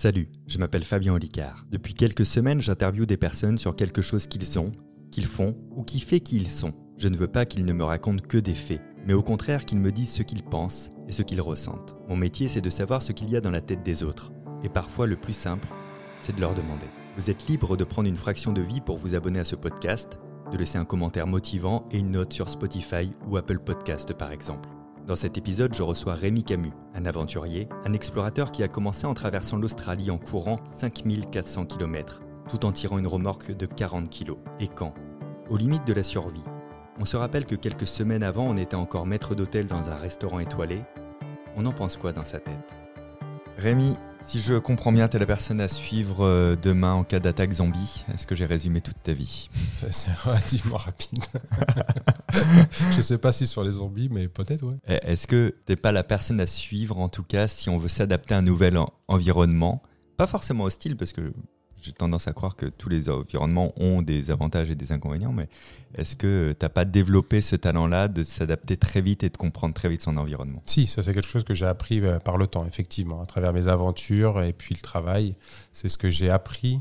Salut, je m'appelle Fabien Olicard. Depuis quelques semaines, j'interviewe des personnes sur quelque chose qu'ils ont, qu'ils font ou qui fait qui ils sont. Je ne veux pas qu'ils ne me racontent que des faits, mais au contraire qu'ils me disent ce qu'ils pensent et ce qu'ils ressentent. Mon métier, c'est de savoir ce qu'il y a dans la tête des autres. Et parfois, le plus simple, c'est de leur demander. Vous êtes libre de prendre une fraction de vie pour vous abonner à ce podcast, de laisser un commentaire motivant et une note sur Spotify ou Apple Podcast par exemple. Dans cet épisode, je reçois Rémi Camus, un aventurier, un explorateur qui a commencé en traversant l'Australie en courant 5400 km, tout en tirant une remorque de 40 kg. Et quand ? Aux limites de la survie. On se rappelle que quelques semaines avant, on était encore maître d'hôtel dans un restaurant étoilé. On en pense quoi dans sa tête ? Rémi, si je comprends bien, tu es la personne à suivre demain en cas d'attaque zombie. Est-ce que j'ai résumé toute ta vie ? C'est relativement rapide. Je ne sais pas si sur les zombies, mais peut-être, ouais. Est-ce que tu n'es pas la personne à suivre, en tout cas, si on veut s'adapter à un nouvel environnement ? Pas forcément hostile, parce que j'ai tendance à croire que tous les environnements ont des avantages et des inconvénients, mais est-ce que tu n'as pas développé ce talent-là de s'adapter très vite et de comprendre très vite son environnement ? Si, ça c'est quelque chose que j'ai appris par le temps, effectivement, à travers mes aventures et puis le travail. C'est ce que j'ai appris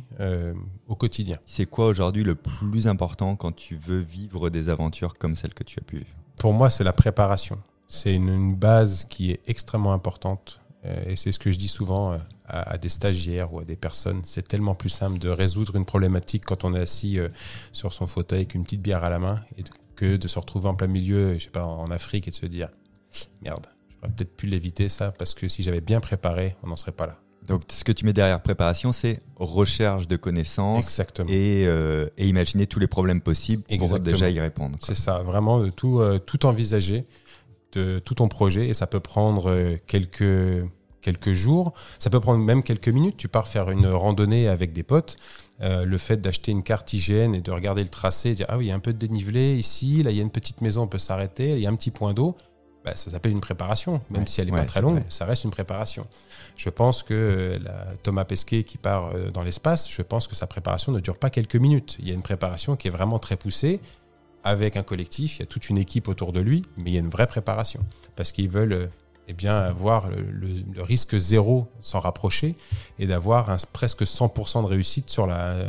au quotidien. C'est quoi aujourd'hui le plus important quand tu veux vivre des aventures comme celles que tu as pu vivre ? Pour moi, c'est la préparation. C'est une base qui est extrêmement importante. Et c'est ce que je dis souvent à des stagiaires ou à des personnes. C'est tellement plus simple de résoudre une problématique quand on est assis sur son fauteuil avec une petite bière à la main que de se retrouver en plein milieu, je sais pas, en Afrique et de se dire « Merde, j'aurais peut-être pu l'éviter ça parce que si j'avais bien préparé, on n'en serait pas là. » Donc, ce que tu mets derrière préparation, c'est recherche de connaissances. Exactement. Et imaginer tous les problèmes possibles pour déjà y répondre. C'est ça, vraiment de tout envisager, de tout ton projet, et ça peut prendre quelques jours, ça peut prendre même quelques minutes. Tu pars faire une randonnée avec des potes, le fait d'acheter une carte IGN et de regarder le tracé, et dire ah oui, il y a un peu de dénivelé ici, là il y a une petite maison, on peut s'arrêter, il y a un petit point d'eau. Bah, ça s'appelle une préparation, même si elle n'est pas très longue, ça reste une préparation. Je pense que Thomas Pesquet qui part dans l'espace, je pense que sa préparation ne dure pas quelques minutes. Il y a une préparation qui est vraiment très poussée, avec un collectif, il y a toute une équipe autour de lui, mais il y a une vraie préparation, parce qu'ils veulent avoir le risque zéro, s'en rapprocher, et d'avoir presque 100% de réussite sur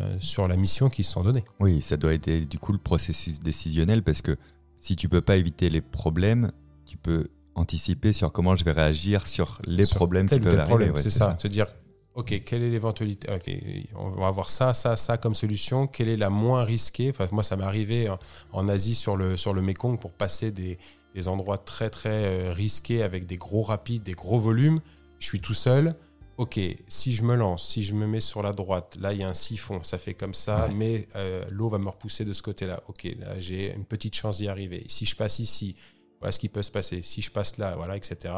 la mission qu'ils se sont donnée. Oui, ça doit être du coup le processus décisionnel, parce que si tu ne peux pas éviter les problèmes, tu peux anticiper sur comment je vais réagir sur les problèmes qui peuvent arriver. C'est ça, se dire, ok, quelle est l'éventualité ? Ok, on va avoir ça comme solution. Quelle est la moins risquée ? Enfin, moi, ça m'est arrivé en Asie sur le Mekong pour passer des endroits très très risqués avec des gros rapides, des gros volumes. Je suis tout seul. Ok, si je me lance, si je me mets sur la droite, là il y a un siphon, ça fait comme ça, mais l'eau va me repousser de ce côté-là. Ok, là j'ai une petite chance d'y arriver. Si je passe ici, voilà ce qui peut se passer. Si je passe là, voilà, etc.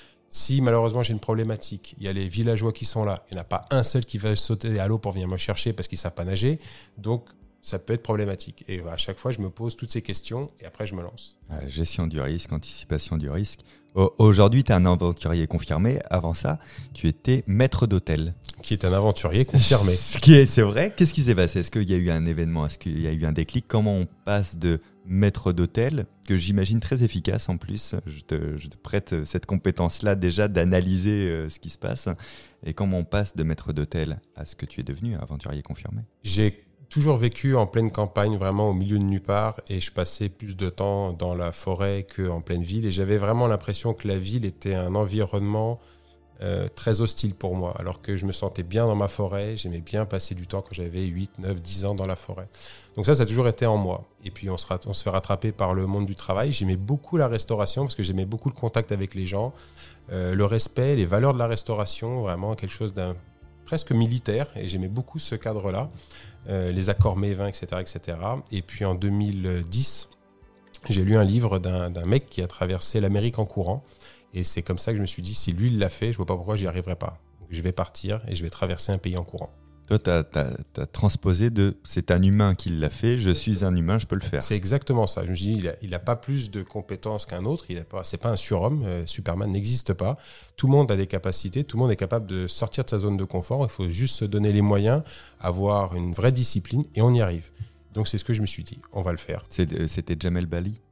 Si malheureusement j'ai une problématique, il y a les villageois qui sont là, il n'y en a pas un seul qui va sauter à l'eau pour venir me chercher parce qu'ils ne savent pas nager, donc ça peut être problématique. Et à chaque fois, je me pose toutes ces questions et après, je me lance. Gestion du risque, anticipation du risque. Aujourd'hui, tu es un aventurier confirmé. Avant ça, tu étais maître d'hôtel. Qui est un aventurier confirmé. C'est vrai. Qu'est-ce qui s'est passé ? Est-ce qu'il y a eu un événement ? Est-ce qu'il y a eu un déclic ? Comment on passe de maître d'hôtel, que j'imagine très efficace en plus, je te prête cette compétence-là déjà d'analyser ce qui se passe. Et comment on passe de maître d'hôtel à ce que tu es devenu, aventurier confirmé ? J'ai toujours vécu en pleine campagne, vraiment au milieu de nulle part, et je passais plus de temps dans la forêt qu'en pleine ville, et j'avais vraiment l'impression que la ville était un environnement très hostile pour moi, alors que je me sentais bien dans ma forêt, j'aimais bien passer du temps quand j'avais 8, 9, 10 ans dans la forêt. Donc ça a toujours été en moi. Et puis on se fait rattraper par le monde du travail. J'aimais beaucoup la restauration parce que j'aimais beaucoup le contact avec les gens, le respect, les valeurs de la restauration, vraiment quelque chose d'un presque militaire, et j'aimais beaucoup ce cadre-là. Les accords mets-vins, etc., etc. Et puis en 2010, j'ai lu un livre d'un mec qui a traversé l'Amérique en courant. Et c'est comme ça que je me suis dit, si lui, il l'a fait, je ne vois pas pourquoi j'y arriverai pas. Donc, je vais partir et je vais traverser un pays en courant. Toi, tu as transposé de « c'est un humain qui l'a fait, je suis un humain, je peux le faire ». C'est exactement ça. Je me suis dit, il n'a pas plus de compétences qu'un autre. Ce n'est pas un surhomme. Superman n'existe pas. Tout le monde a des capacités. Tout le monde est capable de sortir de sa zone de confort. Il faut juste se donner les moyens, avoir une vraie discipline et on y arrive. Donc, c'est ce que je me suis dit. On va le faire. C'était Jamel Bali ?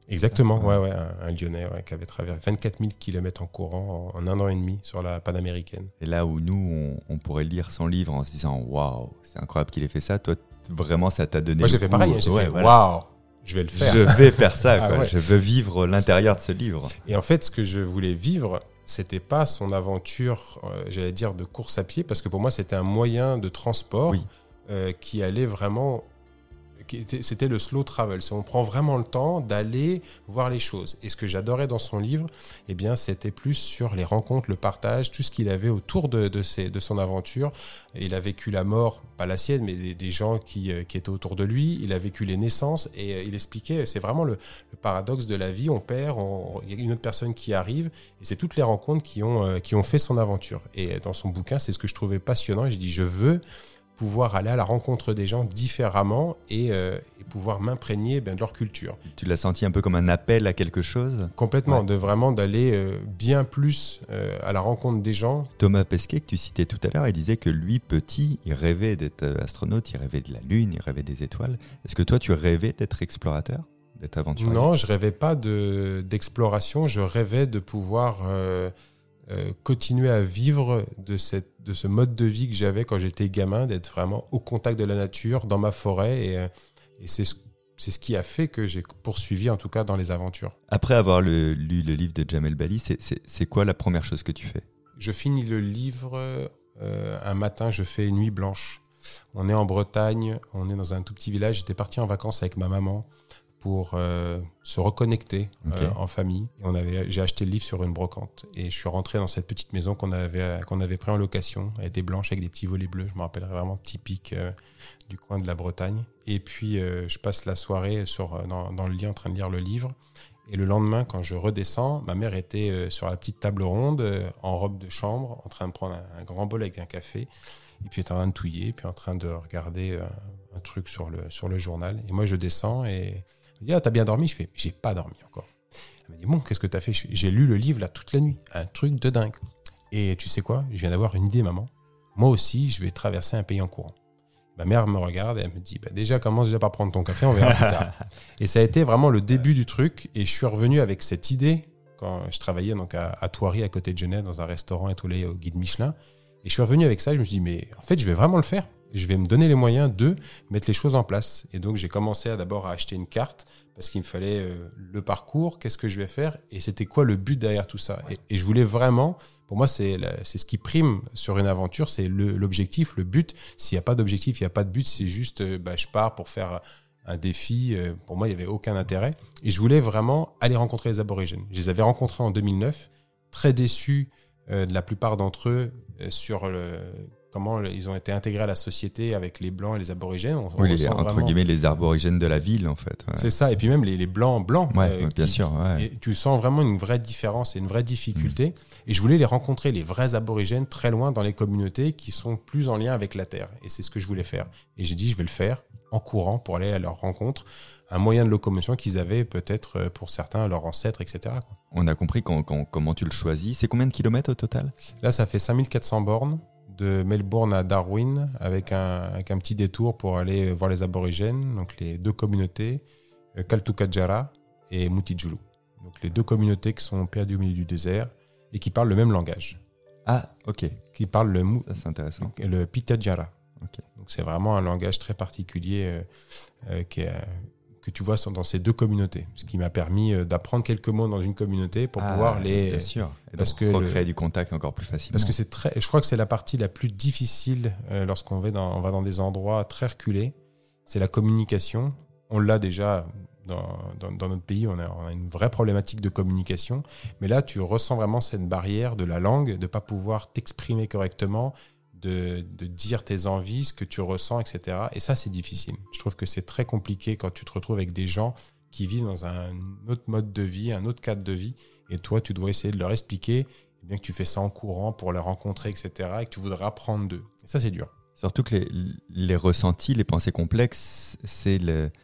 Exactement, ouais, un Lyonnais qui avait traversé 24 000 km en courant en 1 an et demi sur la panaméricaine. Et là où nous, on pourrait lire son livre en se disant « Waouh, c'est incroyable qu'il ait fait ça », toi, vraiment, ça t'a donné... Moi, j'ai fait pareil, j'ai fait « Waouh, je vais le faire ». Je vais faire ça, quoi. Ouais. Je veux vivre l'intérieur de ce livre. Et en fait, ce que je voulais vivre, c'était pas son aventure, j'allais dire, de course à pied, parce que pour moi, c'était un moyen de transport qui allait vraiment... C'était le slow travel. On prend vraiment le temps d'aller voir les choses. Et ce que j'adorais dans son livre, eh bien, c'était plus sur les rencontres, le partage, tout ce qu'il avait autour de son aventure. Il a vécu la mort, pas la sienne, mais des gens qui étaient autour de lui. Il a vécu les naissances et il expliquait, c'est vraiment le paradoxe de la vie. On perd, il y a une autre personne qui arrive et c'est toutes les rencontres qui ont fait son aventure. Et dans son bouquin, c'est ce que je trouvais passionnant. Et j'ai dit, je veux pouvoir aller à la rencontre des gens différemment et pouvoir m'imprégner de leur culture. Tu l'as senti un peu comme un appel à quelque chose ? Complètement, d'aller bien plus à la rencontre des gens. Thomas Pesquet, que tu citais tout à l'heure, il disait que lui, petit, il rêvait d'être astronaute, il rêvait de la Lune, il rêvait des étoiles. Est-ce que toi, tu rêvais d'être explorateur, d'être aventurier ? Non, je rêvais pas d'exploration, je rêvais de pouvoir... continuer à vivre de ce mode de vie que j'avais quand j'étais gamin, d'être vraiment au contact de la nature, dans ma forêt. Et c'est ce qui a fait que j'ai poursuivi, en tout cas, dans les aventures. Après avoir lu le livre de Jamel Bali, c'est quoi la première chose que tu fais ? Je finis le livre, un matin, je fais une nuit blanche. On est en Bretagne, on est dans un tout petit village. J'étais parti en vacances avec ma maman pour se reconnecter en famille. Et j'ai acheté le livre sur une brocante. Et je suis rentré dans cette petite maison qu'on avait pris en location. Elle était blanche avec des petits volets bleus. Je me rappellerai vraiment typique du coin de la Bretagne. Et puis, je passe la soirée dans le lit en train de lire le livre. Et le lendemain, quand je redescends, ma mère était sur la petite table ronde, en robe de chambre, en train de prendre un grand bol avec un café. Et puis, elle était en train de touiller, puis en train de regarder un truc sur le journal. Et moi, je descends et... Elle me dit, t'as bien dormi ? Je fais, j'ai pas dormi encore. Elle me dit, bon, qu'est-ce que t'as fait ? J'ai lu le livre là toute la nuit, un truc de dingue. Et tu sais quoi ? Je viens d'avoir une idée, maman. Moi aussi, je vais traverser un pays en courant. Ma mère me regarde et elle me dit, déjà, commence déjà par prendre ton café, on verra plus tard. Et ça a été vraiment le début du truc. Et je suis revenu avec cette idée quand je travaillais donc à Thoiry, à côté de Genève, dans un restaurant étoilé au guide Michelin. Et je suis revenu avec ça, je me suis dit, mais en fait, je vais vraiment le faire. Je vais me donner les moyens de mettre les choses en place. Et donc, j'ai commencé d'abord à acheter une carte parce qu'il me fallait le parcours, qu'est-ce que je vais faire et c'était quoi le but derrière tout ça. Et je voulais vraiment, pour moi, c'est ce qui prime sur une aventure, c'est l'objectif, le but. S'il n'y a pas d'objectif, il n'y a pas de but, c'est juste, je pars pour faire un défi. Pour moi, il n'y avait aucun intérêt. Et je voulais vraiment aller rencontrer les aborigènes. Je les avais rencontrés en 2009, très déçus de la plupart d'entre eux sur comment ils ont été intégrés à la société avec les Blancs et les Aborigènes. Entre guillemets, les aborigènes de la ville, en fait. Ouais. C'est ça, et puis même les Blancs. Bien sûr. Ouais. Et tu sens vraiment une vraie différence et une vraie difficulté. Et je voulais les rencontrer, les vrais aborigènes, très loin dans les communautés qui sont plus en lien avec la terre. Et c'est ce que je voulais faire. Et j'ai dit, je vais le faire en courant pour aller à leur rencontre. Un moyen de locomotion qu'ils avaient peut-être pour certains, leurs ancêtres, etc. On a compris comment tu le choisis. C'est combien de kilomètres au total ? Là, ça fait 5400 bornes. De Melbourne à Darwin avec un petit détour pour aller voir les aborigènes, donc les deux communautés, Kaltukatjara et Mutijulu. Donc les deux communautés qui sont perdues au milieu du désert et qui parlent le même langage. Ah, ok. Qui parlent ça, c'est intéressant. Le Pitjara. Okay. Donc c'est vraiment un langage très particulier que tu vois dans ces deux communautés, ce qui m'a permis d'apprendre quelques mots dans une communauté pour pouvoir les... Bien sûr, et parce que recréer du contact encore plus facilement. Parce que je crois que c'est la partie la plus difficile lorsqu'on va dans des endroits très reculés, c'est la communication. On l'a déjà dans notre pays, on a une vraie problématique de communication, mais là tu ressens vraiment cette barrière de la langue, de ne pas pouvoir t'exprimer correctement, de dire tes envies, ce que tu ressens, etc. Et ça, c'est difficile. Je trouve que c'est très compliqué quand tu te retrouves avec des gens qui vivent dans un autre mode de vie, un autre cadre de vie, et toi, tu dois essayer de leur expliquer bien que tu fais ça en courant pour les rencontrer, etc., et que tu voudrais apprendre d'eux. Et ça, c'est dur. Surtout que les ressentis, les pensées complexes, c'est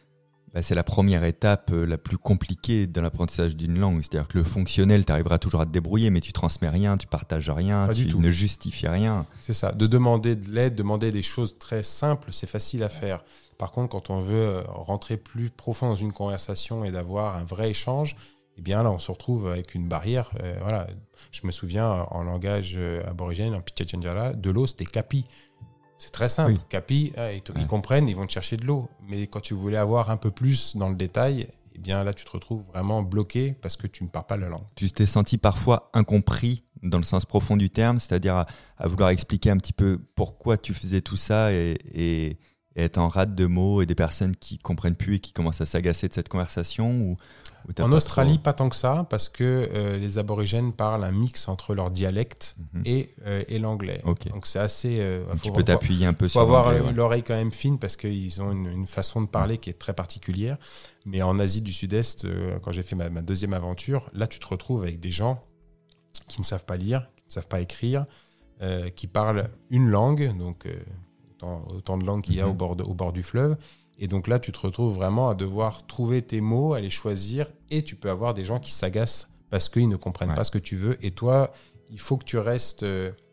C'est la première étape la plus compliquée dans l'apprentissage d'une langue. C'est-à-dire que le fonctionnel, tu arriveras toujours à te débrouiller, mais tu transmets rien, tu partages rien, tu ne justifies rien. C'est ça. De demander de l'aide, demander des choses très simples, c'est facile à faire. Par contre, quand on veut rentrer plus profond dans une conversation et d'avoir un vrai échange, eh bien là, on se retrouve avec une barrière. Voilà. Je me souviens, en langage aborigène, en Pichachandjara, de l'eau, c'était kapi. C'est très simple. Oui. Kapi, ils comprennent, ils vont te chercher de l'eau. Mais quand tu voulais avoir un peu plus dans le détail, eh bien là, tu te retrouves vraiment bloqué parce que tu ne parles pas la langue. Tu t'es senti parfois incompris dans le sens profond du terme, c'est-à-dire à vouloir expliquer un petit peu pourquoi tu faisais tout ça et être en rate de mots et des personnes qui ne comprennent plus et qui commencent à s'agacer de cette conversation ou en Australie, pas tant que ça, parce que les aborigènes parlent un mix entre leur dialecte et l'anglais. Okay. Donc c'est assez... tu peux t'appuyer un peu sur l'anglais. Il faut avoir l'oreille quand même fine parce qu'ils ont une façon de parler qui est très particulière. Mais en Asie du Sud-Est, quand j'ai fait ma deuxième aventure, là tu te retrouves avec des gens qui ne savent pas lire, qui ne savent pas écrire, qui parlent une langue, donc autant de langues qu'il y a au bord du fleuve. Et donc là, tu te retrouves vraiment à devoir trouver tes mots, à les choisir, et tu peux avoir des gens qui s'agacent parce qu'ils ne comprennent pas ce que tu veux. Et toi, il faut que tu restes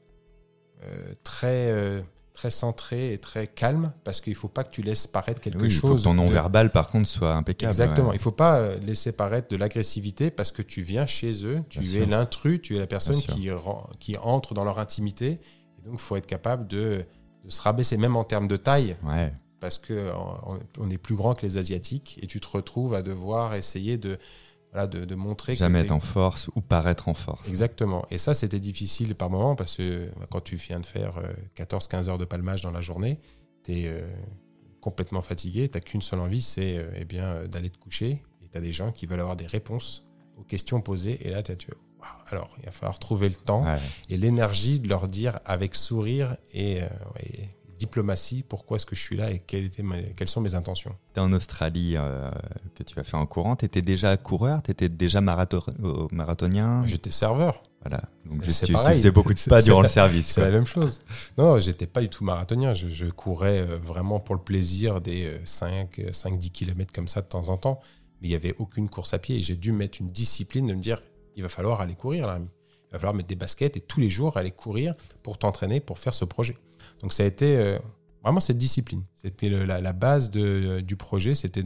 très centré et très calme, parce qu'il ne faut pas que tu laisses paraître quelque chose. Il faut que ton non-verbal, par contre, soit impeccable. Exactement. Il ne faut pas laisser paraître de l'agressivité, parce que tu viens chez eux, tu es l'intrus, tu es la personne qui entre dans leur intimité. Et donc, il faut être capable de se rabaisser, même en termes de taille. Ouais. Parce qu'on est plus grand que les Asiatiques et tu te retrouves à devoir essayer de montrer jamais être en force ou paraître en force. Exactement. Et ça, c'était difficile par moments parce que quand tu viens de faire 14-15 heures de palmage dans la journée, tu es complètement fatigué, tu n'as qu'une seule envie, c'est d'aller te coucher. Et tu as des gens qui veulent avoir des réponses aux questions posées. Et là, tu wow. Alors, il va falloir trouver le temps et l'énergie de leur dire avec sourire et diplomatie, pourquoi est-ce que je suis là et quelles sont mes intentions. Tu es en Australie que tu vas faire en courant, tu étais déjà coureur, tu étais déjà marathonien? J'étais serveur. Voilà, donc tu faisais beaucoup de pas durant le service. C'est la même chose. Non, j'étais pas du tout marathonien, je courais vraiment pour le plaisir des 5-10 km comme ça de temps en temps, mais il n'y avait aucune course à pied et j'ai dû mettre une discipline de me dire, il va falloir aller courir là, il va falloir mettre des baskets et tous les jours aller courir pour t'entraîner, pour faire ce projet. Donc ça a été vraiment cette discipline. C'était la base du projet, c'était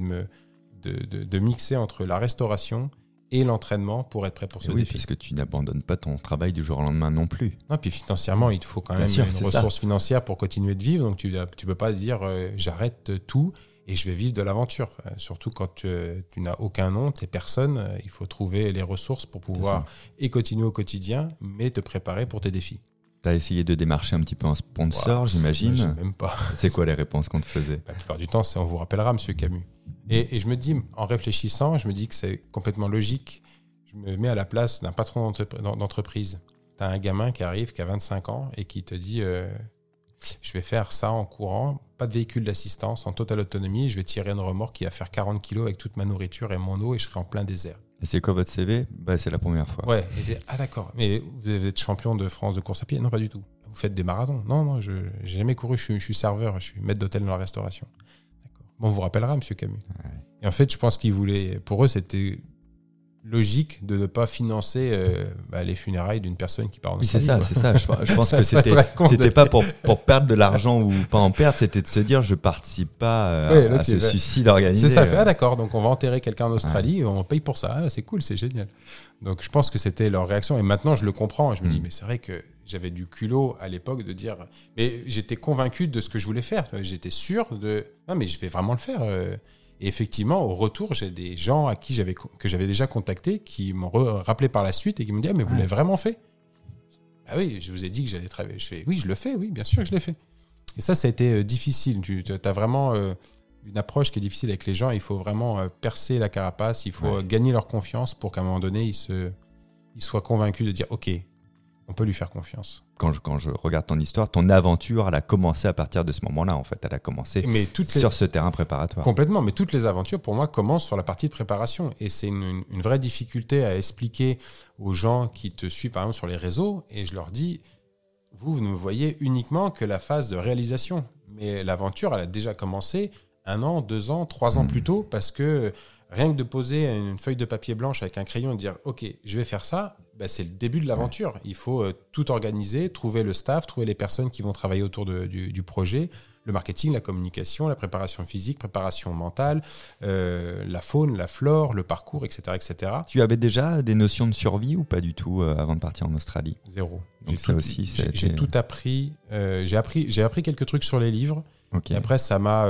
de mixer entre la restauration et l'entraînement pour être prêt pour ce défi. Oui, parce que tu n'abandonnes pas ton travail du jour au lendemain non plus. Non, puis financièrement, il te faut quand même une ressource financière pour continuer de vivre. Donc tu peux pas dire j'arrête tout et je vais vivre de l'aventure. Surtout quand tu n'as aucun nom, tu n'es personne. Il faut trouver les ressources pour pouvoir et continuer au quotidien, mais te préparer pour tes défis. Tu as essayé de démarcher un petit peu un sponsor, j'imagine. Je même pas. C'est quoi les réponses qu'on te faisait? La plupart du temps, c'est on vous rappellera, Monsieur Camus. Et je me dis, en réfléchissant, je me dis que c'est complètement logique. Je me mets à la place d'un patron d'entreprise. Tu as un gamin qui arrive, qui a 25 ans et qui te dit je vais faire ça en courant, pas de véhicule d'assistance, en totale autonomie. Je vais tirer une remorque qui va faire 40 kilos avec toute ma nourriture et mon eau et je serai en plein désert. Et c'est quoi votre CV? C'est la première fois. Ouais. Et d'accord. Mais vous êtes champion de France de course à pied? Non, pas du tout. Vous faites des marathons? Non, je n'ai jamais couru. Je suis serveur, je suis maître d'hôtel dans la restauration. D'accord. Bon, on vous rappellera, Monsieur Camus. Ouais. Et en fait, je pense qu'ils voulaient... Pour eux, c'était logique de ne pas financer les funérailles d'une personne qui part en Australie. C'est ça. Je pense que c'était pas pour perdre de l'argent ou pas en perdre, c'était de se dire je participe pas à ce suicide organisé. C'est ça. D'accord, donc on va enterrer quelqu'un en Australie, et on paye pour ça. C'est cool, c'est génial. Donc je pense que c'était leur réaction. Et maintenant, je le comprends. Je me dis, mais c'est vrai que j'avais du culot à l'époque de dire... Mais j'étais convaincu de ce que je voulais faire. J'étais sûr de... Non, mais je vais vraiment le faire. Et effectivement, au retour, j'ai des gens que j'avais déjà contactés qui m'ont rappelé par la suite et qui m'ont dit « Ah, mais vous l'avez vraiment fait ?» Ah oui, je vous ai dit que j'allais travailler. Je fais « Oui, je le fais, oui, bien sûr que je l'ai fait. » Et ça a été difficile. Tu as vraiment une approche qui est difficile avec les gens. Il faut vraiment percer la carapace, il faut gagner leur confiance pour qu'à un moment donné, ils soient convaincus de dire « Ok, on peut lui faire confiance. » Quand je regarde ton histoire, ton aventure, elle a commencé à partir de ce moment-là, en fait. Elle a commencé sur ce terrain préparatoire. Complètement, mais toutes les aventures, pour moi, commencent sur la partie de préparation. Et c'est une vraie difficulté à expliquer aux gens qui te suivent, par exemple, sur les réseaux. Et je leur dis, vous ne voyez uniquement que la phase de réalisation. Mais l'aventure, elle a déjà commencé 1 an, 2 ans, 3 ans plus tôt, parce que rien que de poser une feuille de papier blanche avec un crayon et dire « Ok, je vais faire ça », c'est le début de l'aventure. Il faut tout organiser, trouver le staff, trouver les personnes qui vont travailler autour du projet, le marketing, la communication, la préparation physique, préparation mentale, la faune, la flore, le parcours, etc., etc. Tu avais déjà des notions de survie ou pas du tout avant de partir en Australie ? Zéro. Donc J'ai tout appris. J'ai appris quelques trucs sur les livres. Okay. Et après, ça m'a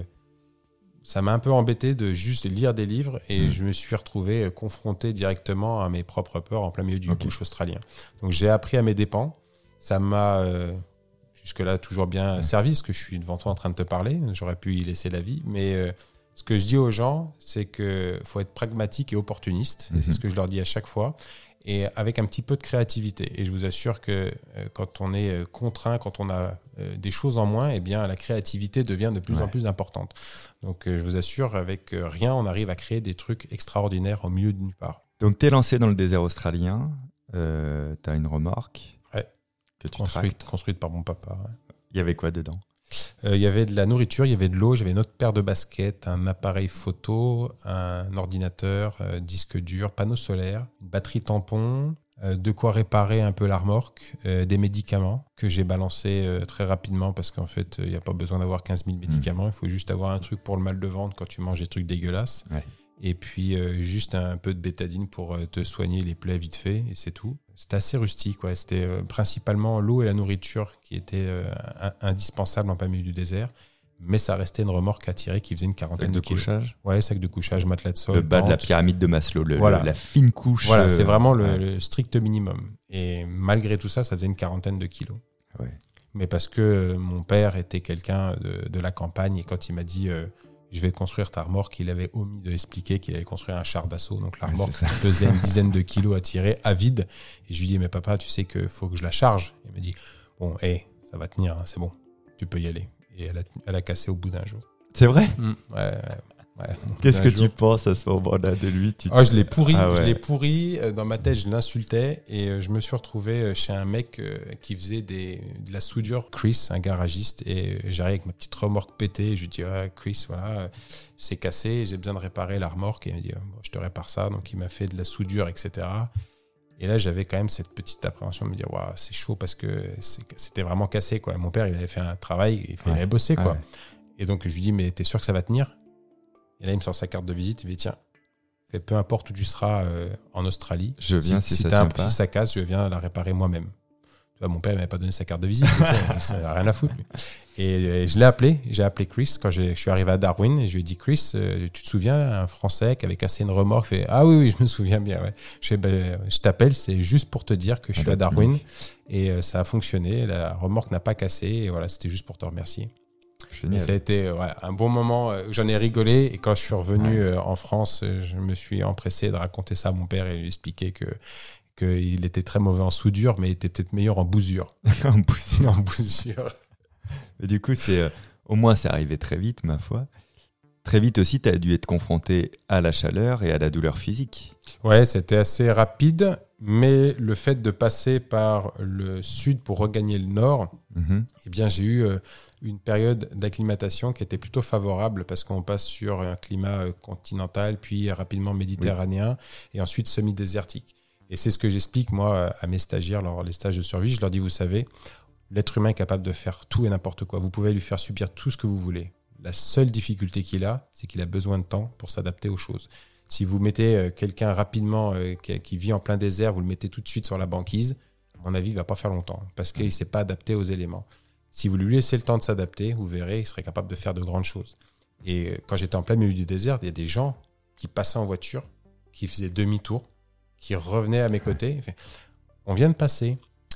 un peu embêté de juste lire des livres et je me suis retrouvé confronté directement à mes propres peurs en plein milieu du bush australien. Donc j'ai appris à mes dépens. Ça m'a jusque-là toujours bien servi parce que je suis devant toi en train de te parler. J'aurais pu y laisser la vie. Mais ce que je dis aux gens, c'est qu'il faut être pragmatique et opportuniste. Et c'est ce que je leur dis à chaque fois. Et avec un petit peu de créativité. Et je vous assure que quand on est contraint, quand on a des choses en moins, eh bien, la créativité devient de plus en plus importante. Donc, je vous assure, avec rien, on arrive à créer des trucs extraordinaires au milieu de nulle part. Donc, tu es lancé dans le désert australien. Tu as une remorque que tu construite par mon papa. Ouais. Il y avait quoi dedans ? Il y avait de la nourriture, il y avait de l'eau, j'avais une autre paire de baskets, un appareil photo, un ordinateur, disque dur, panneau solaire, une batterie tampon, de quoi réparer un peu la remorque, des médicaments que j'ai balancés très rapidement parce qu'en fait, il n'y a pas besoin d'avoir 15 000 médicaments, il faut juste avoir un truc pour le mal de ventre quand tu manges des trucs dégueulasses. Ouais. Et puis juste un peu de bétadine pour te soigner les plaies vite fait, et c'est tout. C'était assez rustique, ouais. C'était principalement l'eau et la nourriture qui étaient indispensables en plein milieu du désert. Mais ça restait une remorque à tirer qui faisait une quarantaine de kilos. Sac de couchage ? Ouais, sac de couchage, matelas de sol. Le bas de la pyramide de Maslow, la fine couche. Voilà, c'est vraiment le strict minimum. Et malgré tout ça, ça faisait une quarantaine de kilos. Ouais. Mais parce que mon père était quelqu'un de la campagne, et quand il m'a dit je vais construire ta remorque, il avait omis de expliquer qu'il allait construire un char d'assaut. Donc la remorque pesait une dizaine de kilos à tirer à vide. Et je lui dis mais papa, tu sais qu'il faut que je la charge. Il m'a dit bon, ça va tenir, hein, c'est bon, tu peux y aller. Et elle a cassé au bout d'un jour. C'est vrai ? Ouais. Qu'est-ce que tu penses à ce moment-là de lui ? Je l'ai pourri. Je l'ai pourri. Dans ma tête, je l'insultais. Et je me suis retrouvé chez un mec qui faisait de la soudure, Chris, un garagiste. Et j'arrive avec ma petite remorque pétée. Et je lui dis Chris, voilà, c'est cassé. J'ai besoin de réparer la remorque. Et il me dit je te répare ça. Donc il m'a fait de la soudure, etc. Et là, j'avais quand même cette petite appréhension de me dire c'est chaud parce que c'était vraiment cassé, quoi. Mon père, il avait fait un travail, il avait bossé, quoi. Et donc je lui dis mais t'es sûr que ça va tenir ? Et là, il me sort sa carte de visite. Il me dit tiens, peu importe où tu seras en Australie, je viens si ça casse, je viens la réparer moi-même. Tu vois, mon père ne m'avait pas donné sa carte de visite. Ça n'a rien à foutre. Lui. Et je l'ai appelé. J'ai appelé Chris quand je suis arrivé à Darwin. Et je lui ai dit Chris, tu te souviens, un Français qui avait cassé une remorque fait ah oui, je me souviens bien. Ouais. Je t'appelle, c'est juste pour te dire que je suis à Darwin. Et ça a fonctionné. La remorque n'a pas cassé. Et voilà, c'était juste pour te remercier. Génial. Et ça a été un bon moment. J'en ai rigolé. Et quand je suis revenu en France, je me suis empressé de raconter ça à mon père et lui expliquer qu'il était très mauvais en soudure, mais il était peut-être meilleur en bousure. En bousure. Et du coup, au moins, c'est arrivé très vite, ma foi. Très vite aussi, tu as dû être confronté à la chaleur et à la douleur physique. Ouais, c'était assez rapide. Mais le fait de passer par le sud pour regagner le nord, eh bien, j'ai eu une période d'acclimatation qui était plutôt favorable parce qu'on passe sur un climat continental, puis rapidement méditerranéen et ensuite semi-désertique. Et c'est ce que j'explique, moi, à mes stagiaires lors des stages de survie. Je leur dis, vous savez, l'être humain est capable de faire tout et n'importe quoi. Vous pouvez lui faire subir tout ce que vous voulez. La seule difficulté qu'il a, c'est qu'il a besoin de temps pour s'adapter aux choses. Si vous mettez quelqu'un rapidement qui vit en plein désert, vous le mettez tout de suite sur la banquise, à mon avis, il ne va pas faire longtemps parce qu'il ne s'est pas adapté aux éléments. Si vous lui laissez le temps de s'adapter, vous verrez, il serait capable de faire de grandes choses. Et quand j'étais en plein milieu du désert, il y a des gens qui passaient en voiture, qui faisaient demi-tour, qui revenaient à mes côtés. On vient de passer.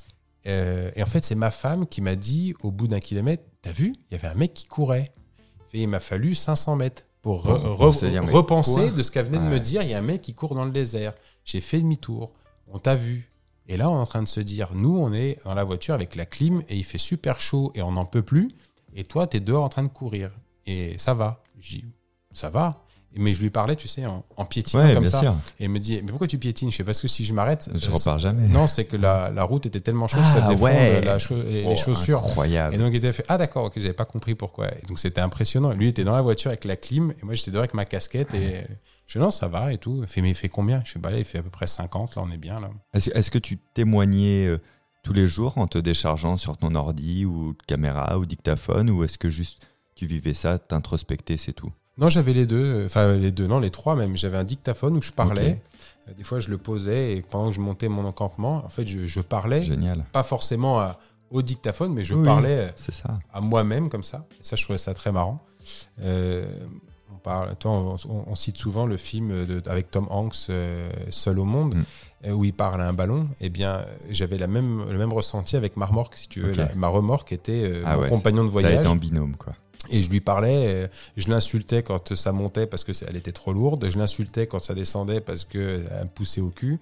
Et en fait, c'est ma femme qui m'a dit, au bout d'un kilomètre, t'as vu, il y avait un mec qui courait. Il m'a fallu 500 mètres. Pour repenser de ce qu'elle venait de me dire, il y a un mec qui court dans le désert. J'ai fait demi-tour, on t'a vu. Et là, on est en train de se dire, nous, on est dans la voiture avec la clim et il fait super chaud et on n'en peut plus. Et toi, t'es dehors en train de courir. Et ça va. Je dis, ça va. Mais je lui parlais, tu sais, en piétinant comme ça. Sûr. Et il me dit, mais pourquoi tu piétines? Je fais, parce que si je m'arrête... Je repars jamais. Non, c'est que la route était tellement chaude que ça faisait fondre les chaussures. Incroyable. Et donc, il était fait, d'accord, ok, j'avais pas compris pourquoi. Et donc, c'était impressionnant. Lui, il était dans la voiture avec la clim, et moi, j'étais dehors avec ma casquette, et je dis, non, ça va, et tout. Il fait, mais il fait combien? Je fais, bah là, il fait à peu près 50, là, on est bien, là. Est-ce que tu témoignais tous les jours en te déchargeant sur ton ordi, ou caméra, ou dictaphone, ou est-ce que juste tu vivais ça, t'introspectais, c'est tout? Non, j'avais les deux, les trois même. J'avais un dictaphone où je parlais. Okay. Des fois, je le posais et pendant que je montais mon encampement, en fait, je parlais. Génial. Pas forcément au dictaphone, mais je parlais c'est ça. À moi-même comme ça. Et ça, je trouvais ça très marrant. On cite souvent le film avec Tom Hanks, Seul au monde, où il parle à un ballon. Eh bien, j'avais le même ressenti avec ma remorque, si tu veux. Okay. Ma remorque était mon compagnon de voyage. T'as été en binôme, quoi. Et je lui parlais, je l'insultais quand ça montait parce qu'elle était trop lourde, je l'insultais quand ça descendait parce qu'elle me poussait au cul.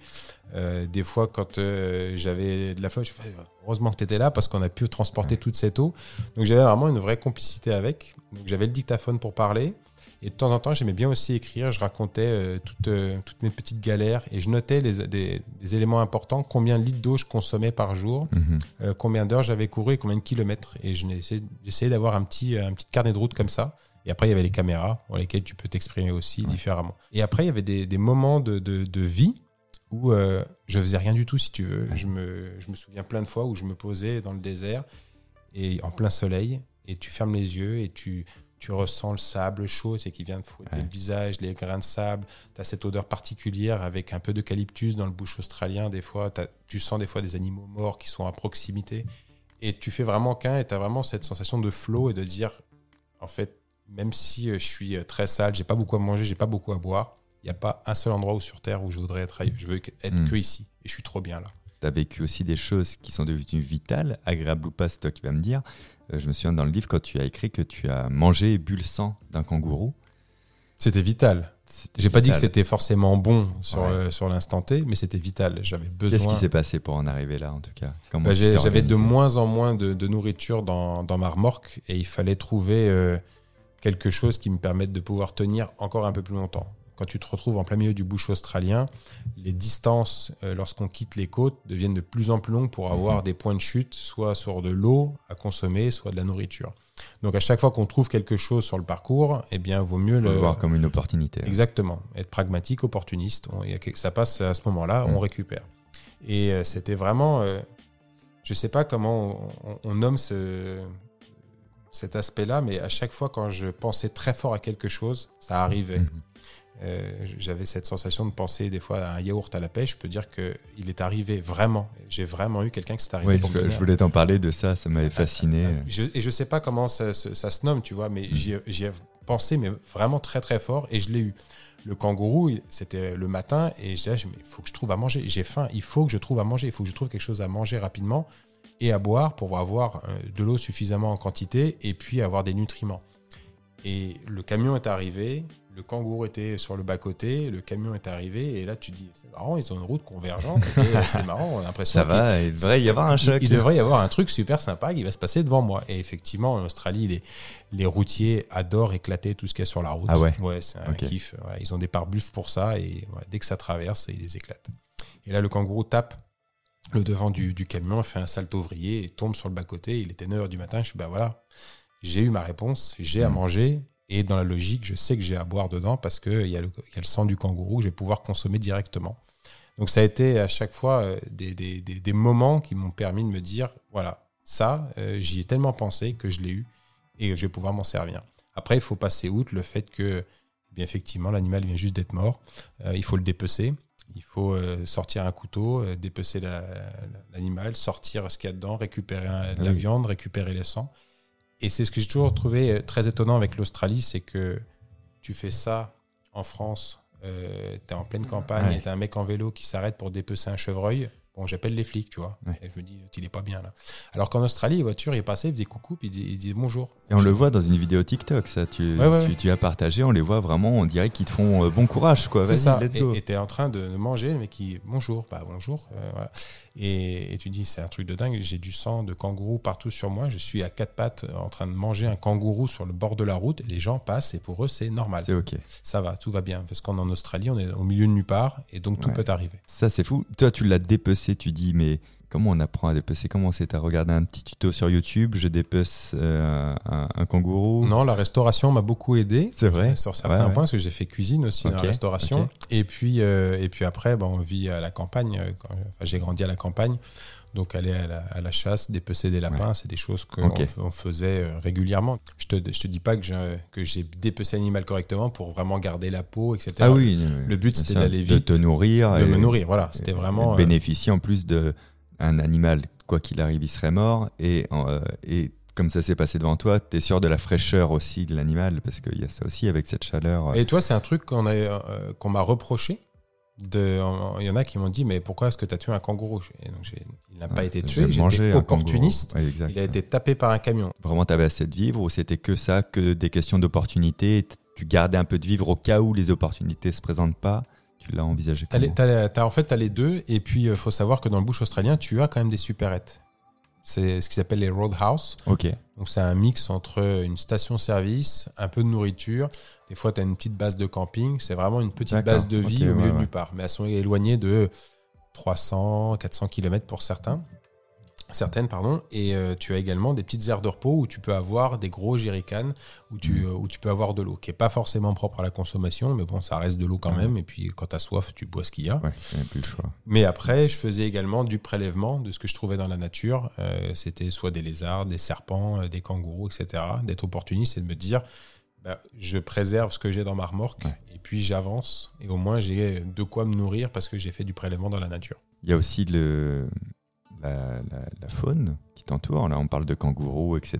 Des fois, quand j'avais de la faute, je disais, heureusement que tu étais là parce qu'on a pu transporter toute cette eau. Donc j'avais vraiment une vraie complicité avec. Donc j'avais le dictaphone pour parler. Et de temps en temps, j'aimais bien aussi écrire. Je racontais toutes mes petites galères et je notais des éléments importants. Combien de litres d'eau je consommais par jour, combien d'heures j'avais couru et combien de kilomètres. Et j'essayais d'avoir un petit carnet de route comme ça. Et après, il y avait les caméras pour lesquelles tu peux t'exprimer aussi différemment. Et après, il y avait des moments de vie où je faisais rien du tout, si tu veux. Je me souviens plein de fois où je me posais dans le désert et en plein soleil et tu fermes les yeux et tu ressens le sable chaud, c'est qui vient de fouetter le visage, les grains de sable. Tu as cette odeur particulière avec un peu d'eucalyptus dans le bush australien. Des fois, tu sens des fois des animaux morts qui sont à proximité. Et tu fais vraiment qu'un et tu as vraiment cette sensation de flow et de dire, en fait, même si je suis très sale, j'ai pas beaucoup à manger, j'ai pas beaucoup à boire, il n'y a pas un seul endroit sur Terre où je voudrais être ailleurs. Je veux être que ici. Et je suis trop bien là. Tu as vécu aussi des choses qui sont devenues vitales, agréables ou pas, c'est toi qui vas me dire. Je me souviens dans le livre quand tu as écrit que tu as mangé et bu le sang d'un kangourou. C'était vital. J'ai pas dit que c'était forcément bon sur l'instant T, mais c'était vital. J'avais besoin. Qu'est-ce qui s'est passé pour en arriver là, en tout cas? J'avais de moins en moins de nourriture dans ma remorque et il fallait trouver quelque chose qui me permette de pouvoir tenir encore un peu plus longtemps. Quand tu te retrouves en plein milieu du bush australien, les distances, lorsqu'on quitte les côtes, deviennent de plus en plus longues pour avoir des points de chute, soit sur de l'eau à consommer, soit de la nourriture. Donc à chaque fois qu'on trouve quelque chose sur le parcours, eh bien, vaut mieux le voir comme une opportunité. Exactement. Être pragmatique, opportuniste. Ça passe à ce moment-là, on récupère. Et c'était vraiment... je ne sais pas comment on nomme cet aspect-là, mais à chaque fois quand je pensais très fort à quelque chose, ça arrivait. J'avais cette sensation de penser des fois à un yaourt à la pêche. Je peux dire qu'il est arrivé vraiment. J'ai vraiment eu quelqu'un qui s'est arrivé pour me je voulais t'en parler de ça m'avait fasciné. Et je sais pas comment ça se nomme, tu vois, mais j'y ai pensé, mais vraiment très très fort, et je l'ai eu. Le kangourou, c'était le matin, et je disais, mais il faut que je trouve à manger. J'ai faim, il faut que je trouve à manger. Il faut que je trouve quelque chose à manger rapidement et à boire pour avoir de l'eau suffisamment en quantité et puis avoir des nutriments. Et le camion est arrivé. Le kangourou était sur le bas-côté, le camion est arrivé, et là tu dis, c'est marrant, ils ont une route convergente, c'est marrant, on a l'impression ça va, il devrait y avoir un choc. Il devrait y avoir un truc super sympa qui va se passer devant moi. Et effectivement, en Australie, les routiers adorent éclater tout ce qu'il y a sur la route. Ah ouais? Ouais, c'est un kiff. Voilà, ils ont des pare-buffs pour ça, et dès que ça traverse, ils les éclatent. Et là, le kangourou tape le devant du camion, fait un salto ouvrier et tombe sur le bas-côté. Il était 9h du matin, je dis, voilà, j'ai eu ma réponse, j'ai à manger. Et dans la logique, je sais que j'ai à boire dedans parce qu'il y a le sang du kangourou que je vais pouvoir consommer directement. Donc ça a été à chaque fois des moments qui m'ont permis de me dire, voilà, ça, j'y ai tellement pensé que je l'ai eu et je vais pouvoir m'en servir. Après, il faut passer outre le fait que, bien effectivement, l'animal vient juste d'être mort. Il faut le dépecer. Il faut sortir un couteau, dépecer l'animal, sortir ce qu'il y a dedans, récupérer de la viande, récupérer le sang. Et c'est ce que j'ai toujours trouvé très étonnant avec l'Australie, c'est que tu fais ça en France, tu es en pleine campagne et tu as un mec en vélo qui s'arrête pour dépecer un chevreuil. Bon, j'appelle les flics, tu vois. Ouais. Et je me dis, il est pas bien là. Alors qu'en Australie, les voitures, ils passaient, ils faisaient coucou, puis ils disaient bonjour. Et on le voit dans une vidéo TikTok, ça. Tu as partagé, on les voit vraiment, on dirait qu'ils te font bon courage, quoi. C'est Vas-y, ça. let's go. Et t'es en train de manger, mais qui bonjour, bonjour. Voilà. Et tu dis, c'est un truc de dingue. J'ai du sang de kangourou partout sur moi. Je suis à 4 pattes en train de manger un kangourou sur le bord de la route. Les gens passent et pour eux, c'est normal. C'est OK. Ça va, tout va bien. Parce qu'en Australie, on est au milieu de nulle part et donc tout peut arriver. Ça, c'est fou. Toi, tu l'as dépecé, tu dis, mais comment on apprend à dépecer? Comment c'est? T'as regardé un petit tuto sur YouTube, je dépece un kangourou? Non, la restauration m'a beaucoup aidé. C'est vrai? Sur certains points, parce que j'ai fait cuisine aussi dans la restauration. Et puis après, on vit à la campagne. J'ai grandi à la campagne. Donc aller à la chasse, dépecer des lapins, c'est des choses qu'on faisait régulièrement. Je te dis pas que j'ai dépecé l'animal correctement pour vraiment garder la peau, etc. Ah oui. Le but, c'était d'aller vite. De te nourrir. De me nourrir, voilà. C'était vraiment... bénéficier en plus d'un animal, quoi qu'il arrive, il serait mort. Et comme ça s'est passé devant toi, tu es sûr de la fraîcheur aussi de l'animal, parce qu'il y a ça aussi avec cette chaleur. Et toi, c'est un truc qu'on m'a reproché. Il y en a qui m'ont dit, mais pourquoi est-ce que tu as tué un kangourou? Et donc, il n'a pas été tué, j'étais opportuniste. Il a été tapé par un camion. Vraiment, tu avais assez de vivre, ou c'était que ça, que des questions d'opportunité? Tu gardais un peu de vivre au cas où les opportunités ne se présentent pas? Tu l'as envisagé comment? En fait, tu as les deux. Et puis, il faut savoir que dans le bush australien, tu as quand même des supérettes. C'est ce qu'ils appellent les roadhouse. OK. Donc, c'est un mix entre une station-service, un peu de nourriture. Des fois, tu as une petite base de camping. C'est vraiment une petite base de vie au milieu de nulle part. Mais elles sont éloignées de 300, 400 km pour certaines. Et tu as également des petites aires de repos où tu peux avoir des gros jerrycans, où tu peux avoir de l'eau, qui n'est pas forcément propre à la consommation, mais bon, ça reste de l'eau quand même. Et puis, quand tu as soif, tu bois ce qu'il y a. Ouais, il n'y a plus le choix. Mais après, je faisais également du prélèvement de ce que je trouvais dans la nature. C'était soit des lézards, des serpents, des kangourous, etc. D'être opportuniste et de me dire, je préserve ce que j'ai dans ma remorque et puis j'avance. Et au moins, j'ai de quoi me nourrir parce que j'ai fait du prélèvement dans la nature. Il y a aussi la faune qui t'entoure. Là, on parle de kangourous, etc.,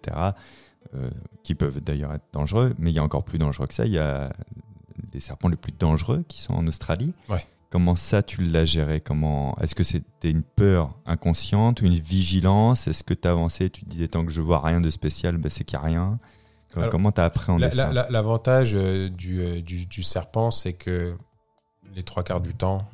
qui peuvent d'ailleurs être dangereux, mais il y a encore plus dangereux que ça. Il y a les serpents les plus dangereux qui sont en Australie. Ouais. Comment ça, tu l'as géré? Est-ce que c'était une peur inconsciente ou une vigilance? Est-ce que tu avançais, tu te disais, tant que je vois rien de spécial, c'est qu'il n'y a rien? Comment tu as appréhendé ça? L'avantage du serpent, c'est que les 3/4 du temps,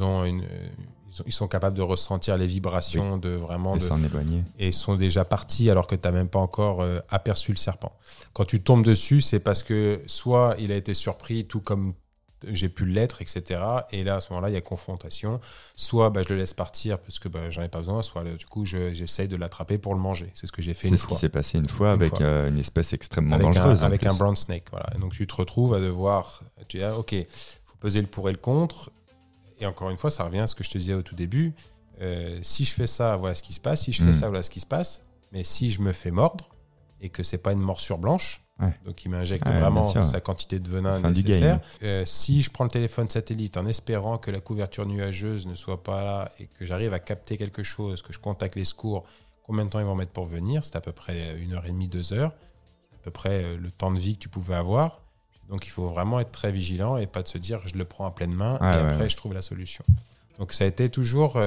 ils sont capables de ressentir les vibrations et s'en éloigner. Et ils sont déjà partis alors que tu n'as même pas encore aperçu le serpent. Quand tu tombes dessus, c'est parce que soit il a été surpris, tout comme j'ai pu l'être, etc. Et là, à ce moment-là, il y a confrontation. Soit je le laisse partir parce que j'en ai pas besoin, soit du coup, j'essaye de l'attraper pour le manger. C'est ce que j'ai fait une fois. C'est ce qui s'est passé une fois avec une espèce extrêmement dangereuse. Avec un brown snake. Voilà. Et donc, tu te retrouves à devoir... Tu dis, OK, il faut peser le pour et le contre. Et encore une fois, ça revient à ce que je te disais au tout début. Si je fais ça, voilà ce qui se passe. Si je fais ça, voilà ce qui se passe. Mais si je me fais mordre et que c'est pas une morsure blanche, donc il m'injecte vraiment sa quantité de venin nécessaire. Si je prends le téléphone satellite en espérant que la couverture nuageuse ne soit pas là et que j'arrive à capter quelque chose, que je contacte les secours, combien de temps ils vont mettre pour venir? C'est à peu près 1h30, 2 heures. C'est à peu près le temps de vie que tu pouvais avoir. Donc il faut vraiment être très vigilant et pas de se dire je le prends à pleine main et après je trouve la solution. Donc ça a été toujours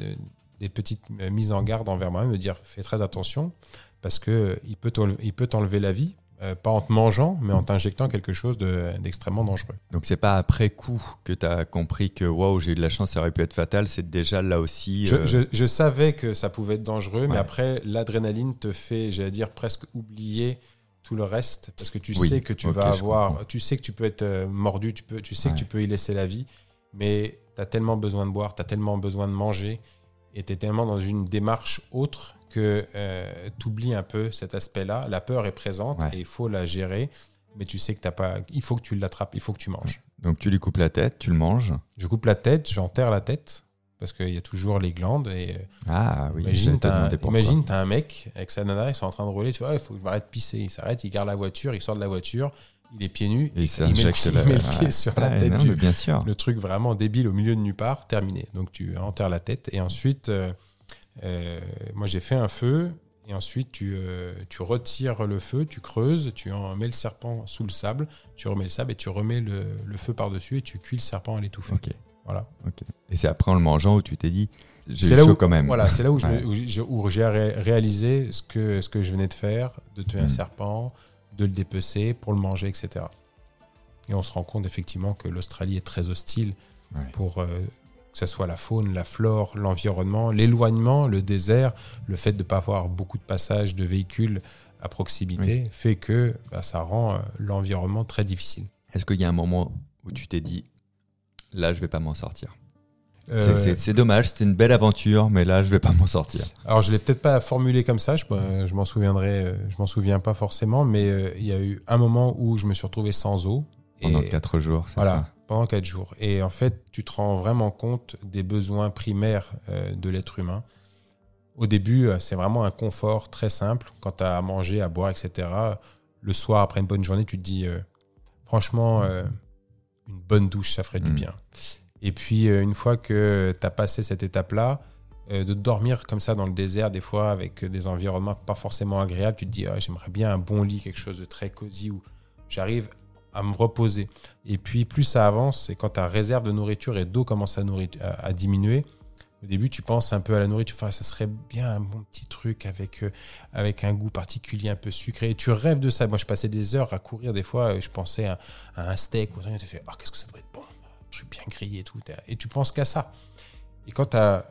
des petites mises en garde envers moi-même, me dire fais très attention parce qu'il peut t'enlever la vie, pas en te mangeant, mais en t'injectant quelque chose d'extrêmement dangereux. Donc c'est pas après coup que tu as compris que waouh, j'ai eu de la chance, ça aurait pu être fatal, c'est déjà là aussi... Je savais que ça pouvait être dangereux, mais après l'adrénaline te fait, j'allais dire, presque oublier tout le reste, parce que tu sais que tu vas avoir, tu sais que tu peux être mordu, tu sais que tu peux y laisser la vie, mais tu as tellement besoin de boire, tu as tellement besoin de manger, et tu es tellement dans une démarche autre que tu oublies un peu cet aspect-là. La peur est présente et il faut la gérer, mais tu sais que il faut que tu l'attrapes, il faut que tu manges. Donc tu lui coupes la tête, tu le manges? Je coupe la tête, j'enterre la tête, parce qu'il y a toujours les glandes. Et, imagine, tu as un mec avec sa nana, ils sont en train de rouler, tu vois, il faut que je m'arrête de pisser. Il s'arrête, il garde la voiture, il sort de la voiture, il est pieds nus, et il met le pied sur la tête. Bien sûr. Le truc vraiment débile au milieu de nulle part, terminé. Donc tu enterres la tête et ensuite, moi j'ai fait un feu. Et ensuite, tu retires le feu, tu creuses, tu en mets le serpent sous le sable, tu remets le sable et tu remets le feu par-dessus et tu cuis le serpent à l'étouffer. Ok. Voilà. Okay. Et c'est après en le mangeant où tu t'es dit, j'ai eu chaud quand même. Voilà, c'est là où j'ai réalisé ce que je venais de faire, de tuer un serpent, de le dépecer pour le manger, etc. Et on se rend compte effectivement que l'Australie est très hostile pour que ce soit la faune, la flore, l'environnement, l'éloignement, le désert, le fait de ne pas avoir beaucoup de passages de véhicules à proximité fait que ça rend l'environnement très difficile. Est-ce qu'il y a un moment où tu t'es dit, là, je ne vais pas m'en sortir ? C'est dommage, c'était une belle aventure, mais là, je ne vais pas m'en sortir. Alors, je ne l'ai peut-être pas formulé comme ça, je m'en souviens pas forcément, mais il y a eu un moment où je me suis retrouvé sans eau. Pendant 4 jours, c'est ça ? Pendant 4 jours. Et en fait, tu te rends vraiment compte des besoins primaires de l'être humain. Au début, c'est vraiment un confort très simple. Quand tu as à manger, à boire, etc., le soir, après une bonne journée, tu te dis, franchement, une bonne douche, ça ferait du bien. Et puis, une fois que tu as passé cette étape-là, de dormir comme ça dans le désert, des fois, avec des environnements pas forcément agréables, tu te dis, j'aimerais bien un bon lit, quelque chose de très cosy où j'arrive à me reposer. Et puis, plus ça avance, c'est quand ta réserve de nourriture et d'eau commence à diminuer. Au début, tu penses un peu à la nourriture. Enfin, ça serait bien un bon petit truc avec un goût particulier, un peu sucré. Et tu rêves de ça. Moi, je passais des heures à courir. Des fois, je pensais à un steak. Ou tu fais, qu'est-ce que ça doit être bon. Un truc bien grillé et tout. Et tu penses qu'à ça. Et quand tu as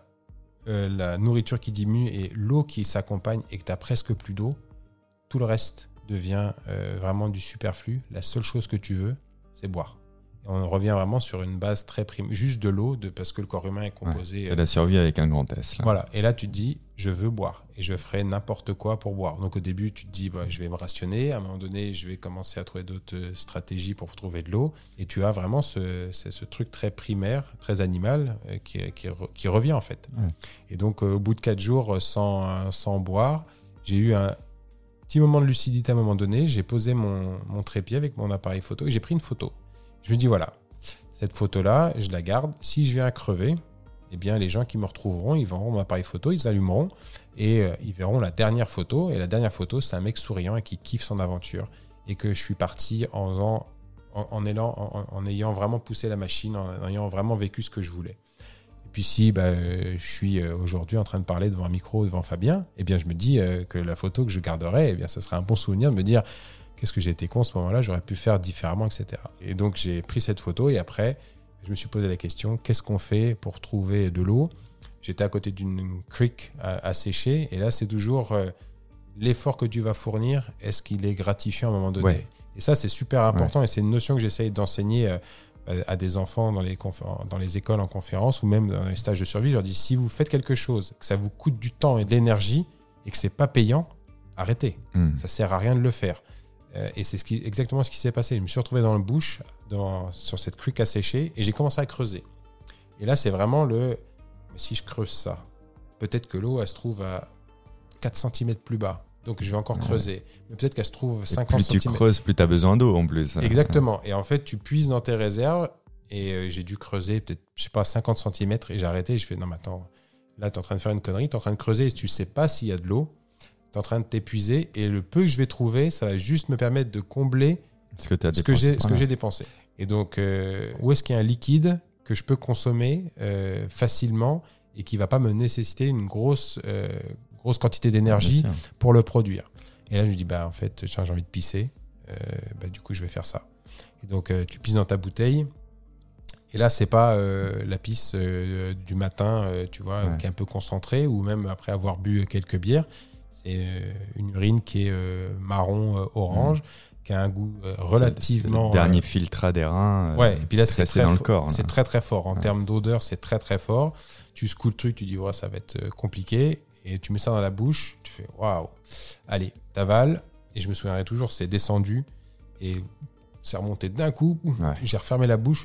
la nourriture qui diminue et l'eau qui s'accompagne et que tu n'as presque plus d'eau, tout le reste devient vraiment du superflu. La seule chose que tu veux, c'est boire. Et on revient vraiment sur une base très prime, juste de l'eau, parce que le corps humain est composé... c'est la survie avec un grand S. Là. Voilà, et là tu te dis, je veux boire, et je ferai n'importe quoi pour boire. Donc au début, tu te dis, je vais me rationner, à un moment donné, je vais commencer à trouver d'autres stratégies pour trouver de l'eau, et tu as vraiment ce truc très primaire, très animal, qui revient en fait. Et donc au bout de 4 jours sans boire, j'ai eu un petit moment de lucidité à un moment donné, j'ai posé mon trépied avec mon appareil photo, et j'ai pris une photo. Je me dis, voilà, cette photo-là, je la garde. Si je viens à crever, eh bien, les gens qui me retrouveront, ils verront mon appareil photo, ils allumeront et ils verront la dernière photo. Et la dernière photo, c'est un mec souriant et qui kiffe son aventure. Et que je suis parti en ayant vraiment poussé la machine, en ayant vraiment vécu ce que je voulais. Et puis si je suis aujourd'hui en train de parler devant un micro, devant Fabien, eh bien, je me dis que la photo que je garderai, eh bien, ce sera un bon souvenir de me dire... Qu'est-ce que j'ai été con à ce moment-là, j'aurais pu faire différemment, etc. Et donc, j'ai pris cette photo et après, je me suis posé la question, qu'est-ce qu'on fait pour trouver de l'eau ? J'étais à côté d'une creek à sécher et là, c'est toujours l'effort que tu vas fournir, est-ce qu'il est gratifiant à un moment donné ? Et ça, c'est super important et c'est une notion que j'essaye d'enseigner à des enfants dans les écoles en conférence ou même dans les stages de survie. Je leur dis, si vous faites quelque chose, que ça vous coûte du temps et de l'énergie et que c'est pas payant, arrêtez. Ça sert à rien de le faire. Et c'est exactement ce qui s'est passé. Je me suis retrouvé dans le bush, sur cette creek à sécher, et j'ai commencé à creuser. Et là, c'est vraiment mais si je creuse ça, peut-être que l'eau, elle se trouve à 4 cm plus bas. Donc, je vais encore creuser. Mais peut-être qu'elle se trouve 50 cm. Plus tu creuses, plus tu as besoin d'eau en plus. Exactement. Et en fait, tu puises dans tes réserves, et j'ai dû creuser peut-être, 50 cm, et j'ai arrêté. Et je fais, non, mais attends, là, tu es en train de faire une connerie, tu es en train de creuser, et tu ne sais pas s'il y a de l'eau. Tu es en train de t'épuiser et le peu que je vais trouver, ça va juste me permettre de combler ce que j'ai dépensé. Et donc, où est-ce qu'il y a un liquide que je peux consommer facilement et qui ne va pas me nécessiter une grosse quantité d'énergie pour le produire. Et là, je me dis, en fait, j'ai envie de pisser. Du coup, je vais faire ça. Et donc, tu pisses dans ta bouteille. Et là, c'est pas la pisse du matin, tu vois, qui est un peu concentrée ou même après avoir bu quelques bières. C'est une urine qui est marron-orange, qui a un goût relativement... C'est le dernier filtrat des reins. Et puis là, c'est très dans le corps. C'est très, très fort. En termes d'odeur, c'est très, très fort. Tu secoues le truc, tu dis, ça va être compliqué. Et tu mets ça dans la bouche, tu fais, waouh. Allez, t'avales. Et je me souviendrai toujours, c'est descendu. Et c'est remonté d'un coup. J'ai refermé la bouche.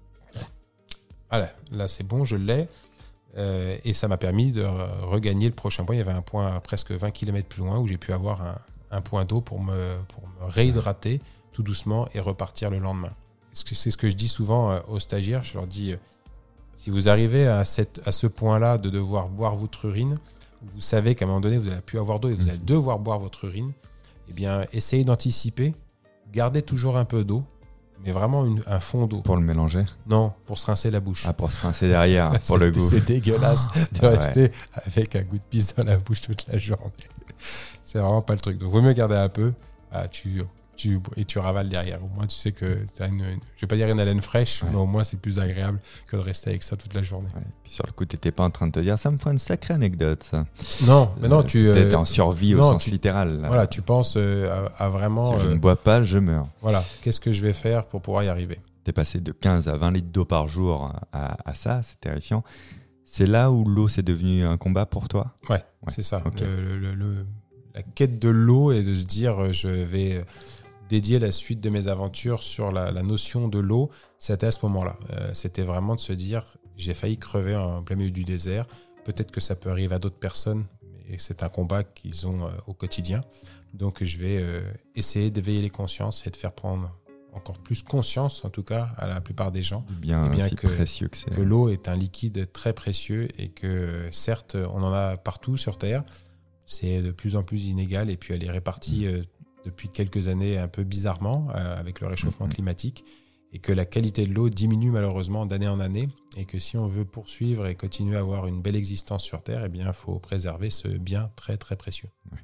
Voilà, là, c'est bon, je l'ai. Et ça m'a permis de regagner le prochain point. Il y avait un point à presque 20 km plus loin où j'ai pu avoir un point d'eau pour me réhydrater tout doucement et repartir le lendemain. C'est ce que je dis souvent aux stagiaires. Je leur dis, si vous arrivez à ce point-là de devoir boire votre urine, vous savez qu'à un moment donné, vous n'allez plus avoir d'eau et vous allez devoir boire votre urine, eh bien, essayez d'anticiper. Gardez toujours un peu d'eau, mais vraiment un fond d'eau. Pour le mélanger? Non, pour se rincer la bouche. Ah, pour se rincer derrière, pour le goût. C'est dégueulasse de rester avec un goût de pisse dans la bouche toute la journée. C'est vraiment pas le truc. Donc, vaut mieux garder un peu. Tu ravales derrière. Au moins, tu sais que tu as je vais pas dire une haleine fraîche, mais au moins, c'est plus agréable que de rester avec ça toute la journée. Ouais. Puis sur le coup, tu n'étais pas en train de te dire, ça me fait une sacrée anecdote, ça. Non, mais non, tu étais en survie au sens littéral. Là. Voilà, tu penses à vraiment. Si je ne bois pas, je meurs. Voilà, qu'est-ce que je vais faire pour pouvoir y arriver? Tu es passé de 15 à 20 litres d'eau par jour à ça, c'est terrifiant. C'est là où l'eau, c'est devenu un combat pour toi? Ouais, c'est ça. Okay. La quête de l'eau et de se dire, je vais dédier la suite de mes aventures sur la notion de l'eau, c'était à ce moment-là. C'était vraiment de se dire, j'ai failli crever en plein milieu du désert. Peut-être que ça peut arriver à d'autres personnes, mais c'est un combat qu'ils ont au quotidien. Donc, je vais essayer d'éveiller les consciences et de faire prendre encore plus conscience, en tout cas, à la plupart des gens. Bien si précieux que c'est. Que l'eau est un liquide très précieux et que, certes, on en a partout sur Terre. C'est de plus en plus inégal et puis elle est répartie depuis quelques années un peu bizarrement avec le réchauffement climatique et que la qualité de l'eau diminue malheureusement d'année en année et que si on veut poursuivre et continuer à avoir une belle existence sur Terre, eh bien, il faut préserver ce bien très très précieux. Ouais.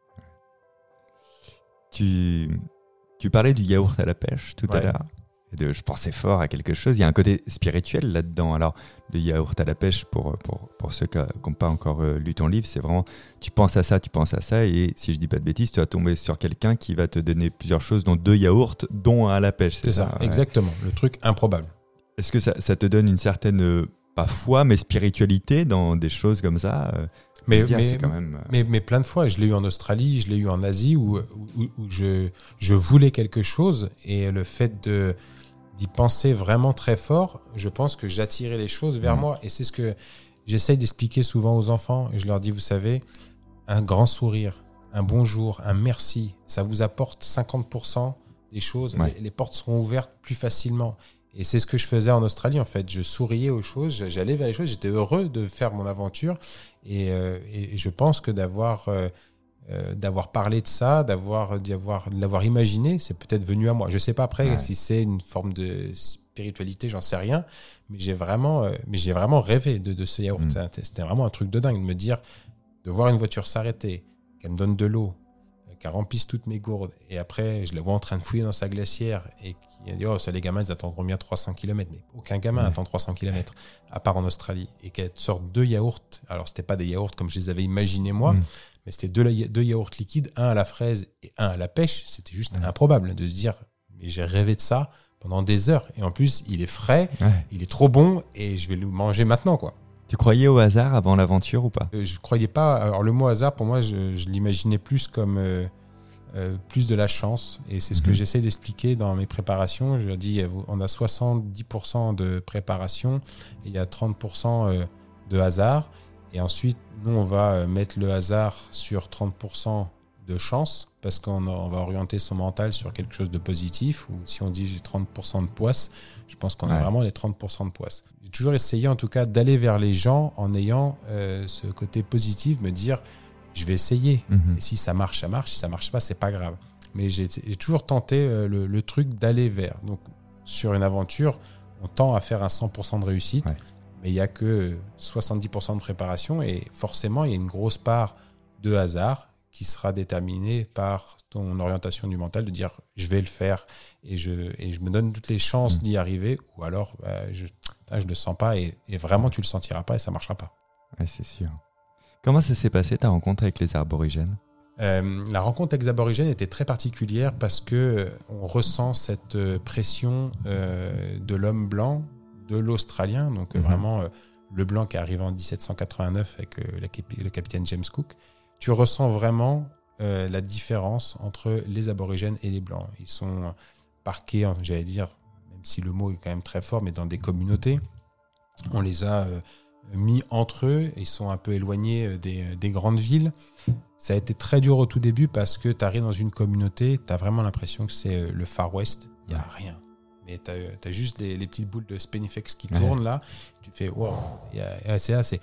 Tu parlais du yaourt à la pêche tout à l'heure. Je pensais fort à quelque chose. Il y a un côté spirituel là-dedans. Alors, le yaourt à la pêche, pour ceux qui n'ont pas encore lu ton livre, c'est vraiment, tu penses à ça, et si je dis pas de bêtises, tu vas tomber sur quelqu'un qui va te donner plusieurs choses, dont 2 yaourts, dont un à la pêche. C'est ça, exactement. Le truc improbable. Est-ce que ça te donne une certaine, pas foi, mais spiritualité dans des choses comme ça mais plein de fois, je l'ai eu en Australie, je l'ai eu en Asie, où je voulais quelque chose, et le fait d'y penser vraiment très fort, je pense que j'attirais les choses vers moi. Et c'est ce que j'essaye d'expliquer souvent aux enfants. Et je leur dis, vous savez, un grand sourire, un bonjour, un merci, ça vous apporte 50% des choses. Les portes seront ouvertes plus facilement. Et c'est ce que je faisais en Australie, en fait. Je souriais aux choses, j'allais vers les choses, j'étais heureux de faire mon aventure. Et je pense que d'avoir parlé de ça, de l'avoir imaginé, c'est peut-être venu à moi. Je ne sais pas après si c'est une forme de spiritualité, j'en sais rien, mais j'ai vraiment rêvé de ce yaourt. C'était vraiment un truc de dingue, de me dire, de voir une voiture s'arrêter, qu'elle me donne de l'eau, qu'elle remplisse toutes mes gourdes, et après je la vois en train de fouiller dans sa glacière et qui dit, oh, ça, les gamins ils attendront bien 300 km, mais aucun gamin attend 300 km à part en Australie, et qu'elle sorte 2 yaourts. Alors c'était pas des yaourts comme je les avais imaginés moi, mais c'était 2 yaourts liquides, un à la fraise et un à la pêche. C'était juste improbable de se dire, mais j'ai rêvé de ça pendant des heures, et en plus il est frais, il est trop bon, et je vais le manger maintenant, quoi. Tu croyais au hasard avant l'aventure ou pas? Je croyais pas. Alors le mot hasard, pour moi, je l'imaginais plus comme plus de la chance. Et c'est ce que j'essaie d'expliquer dans mes préparations. Je leur dis, on a 70% de préparation et il y a 30% de hasard. Et ensuite, nous, on va mettre le hasard sur 30% de chance, parce qu'on va orienter son mental sur quelque chose de positif. Ou si on dit j'ai 30% de poisse, je pense qu'on a vraiment les 30% de poisse. J'ai toujours essayé en tout cas d'aller vers les gens en ayant ce côté positif, me dire je vais essayer. Et si ça marche, ça marche. Si ça marche pas, c'est pas grave. Mais j'ai toujours tenté le truc d'aller vers. Donc sur une aventure, on tend à faire un 100% de réussite, mais il n'y a que 70% de préparation, et forcément il y a une grosse part de hasard qui sera déterminé par ton orientation du mental, de dire je vais le faire et je me donne toutes les chances d'y arriver, ou alors je le sens pas, et vraiment tu le sentiras pas et ça marchera pas. Ouais, c'est sûr. Comment ça s'est passé ta rencontre avec les aborigènes? La rencontre avec les aborigènes était très particulière parce que on ressent cette pression de l'homme blanc, de l'Australien, donc vraiment le blanc qui est arrivé en 1789 avec le capitaine James Cook. Tu ressens vraiment la différence entre les aborigènes et les blancs. Ils sont parqués, j'allais dire, même si le mot est quand même très fort, mais dans des communautés. On les a mis entre eux, ils sont un peu éloignés des grandes villes. Ça a été très dur au tout début parce que tu arrives dans une communauté, tu as vraiment l'impression que c'est le Far West, il n'y a rien. Mais tu as juste les petites boules de Spinifex qui tournent là, tu fais wow, c'est là,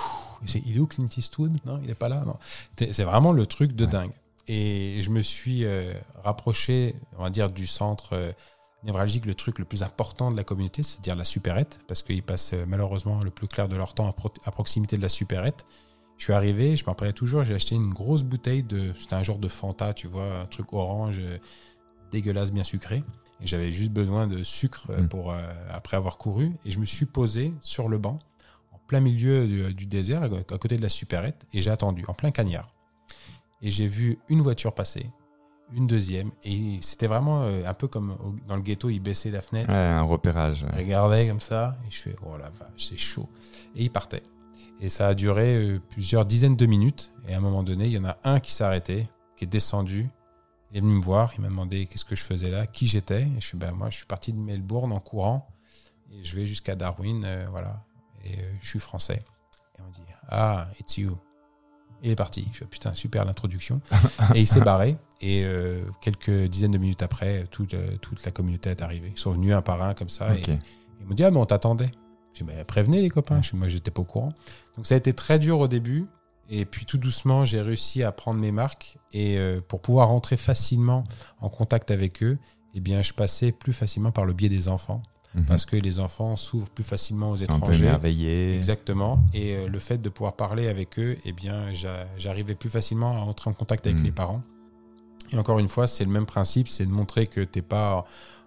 il est où Clint Eastwood? Non, il n'est pas là. Non. C'est vraiment le truc de dingue. Et je me suis rapproché, on va dire, du centre névralgique, le truc le plus important de la communauté, c'est-à-dire la supérette, parce qu'ils passent malheureusement le plus clair de leur temps à proximité de la supérette. Je suis arrivé, je m'en rappelle toujours, j'ai acheté une grosse bouteille c'était un genre de Fanta, tu vois, un truc orange, dégueulasse, bien sucré. Et j'avais juste besoin de sucre pour après avoir couru. Et je me suis posé sur le banc, en plein milieu du désert, à côté de la supérette, et j'ai attendu, en plein cagnard. Et j'ai vu une voiture passer, une deuxième, et c'était vraiment un peu comme dans le ghetto, il baissait la fenêtre. Ouais, un repérage. Je regardais comme ça, et je fais, oh la vache, c'est chaud. Et il partait. Et ça a duré plusieurs dizaines de minutes. Et à un moment donné, il y en a un qui s'est arrêté, qui est descendu. Il est venu me voir, il m'a demandé qu'est-ce que je faisais là, qui j'étais. Et je suis, moi, je suis parti de Melbourne en courant. Et je vais jusqu'à Darwin, voilà. Et je suis français. Et on dit, ah, it's you. Et il est parti. Je fais, putain, super l'introduction. Et il s'est barré. Et quelques dizaines de minutes après, toute la communauté est arrivée. Ils sont venus un par un comme ça. Okay. Et ils m'ont dit, ah, mais on t'attendait. J'ai dit, prévenez les copains. Moi, j'étais pas au courant. Donc, ça a été très dur au début. Et puis, tout doucement, j'ai réussi à prendre mes marques. Et pour pouvoir rentrer facilement en contact avec eux, eh bien, je passais plus facilement par le biais des enfants. Parce que les enfants s'ouvrent plus facilement aux étrangers. Un peu émerveillés. Exactement. Et le fait de pouvoir parler avec eux, eh bien, j'arrivais plus facilement à entrer en contact avec les parents. Et encore une fois, c'est le même principe, c'est de montrer que t'es pas,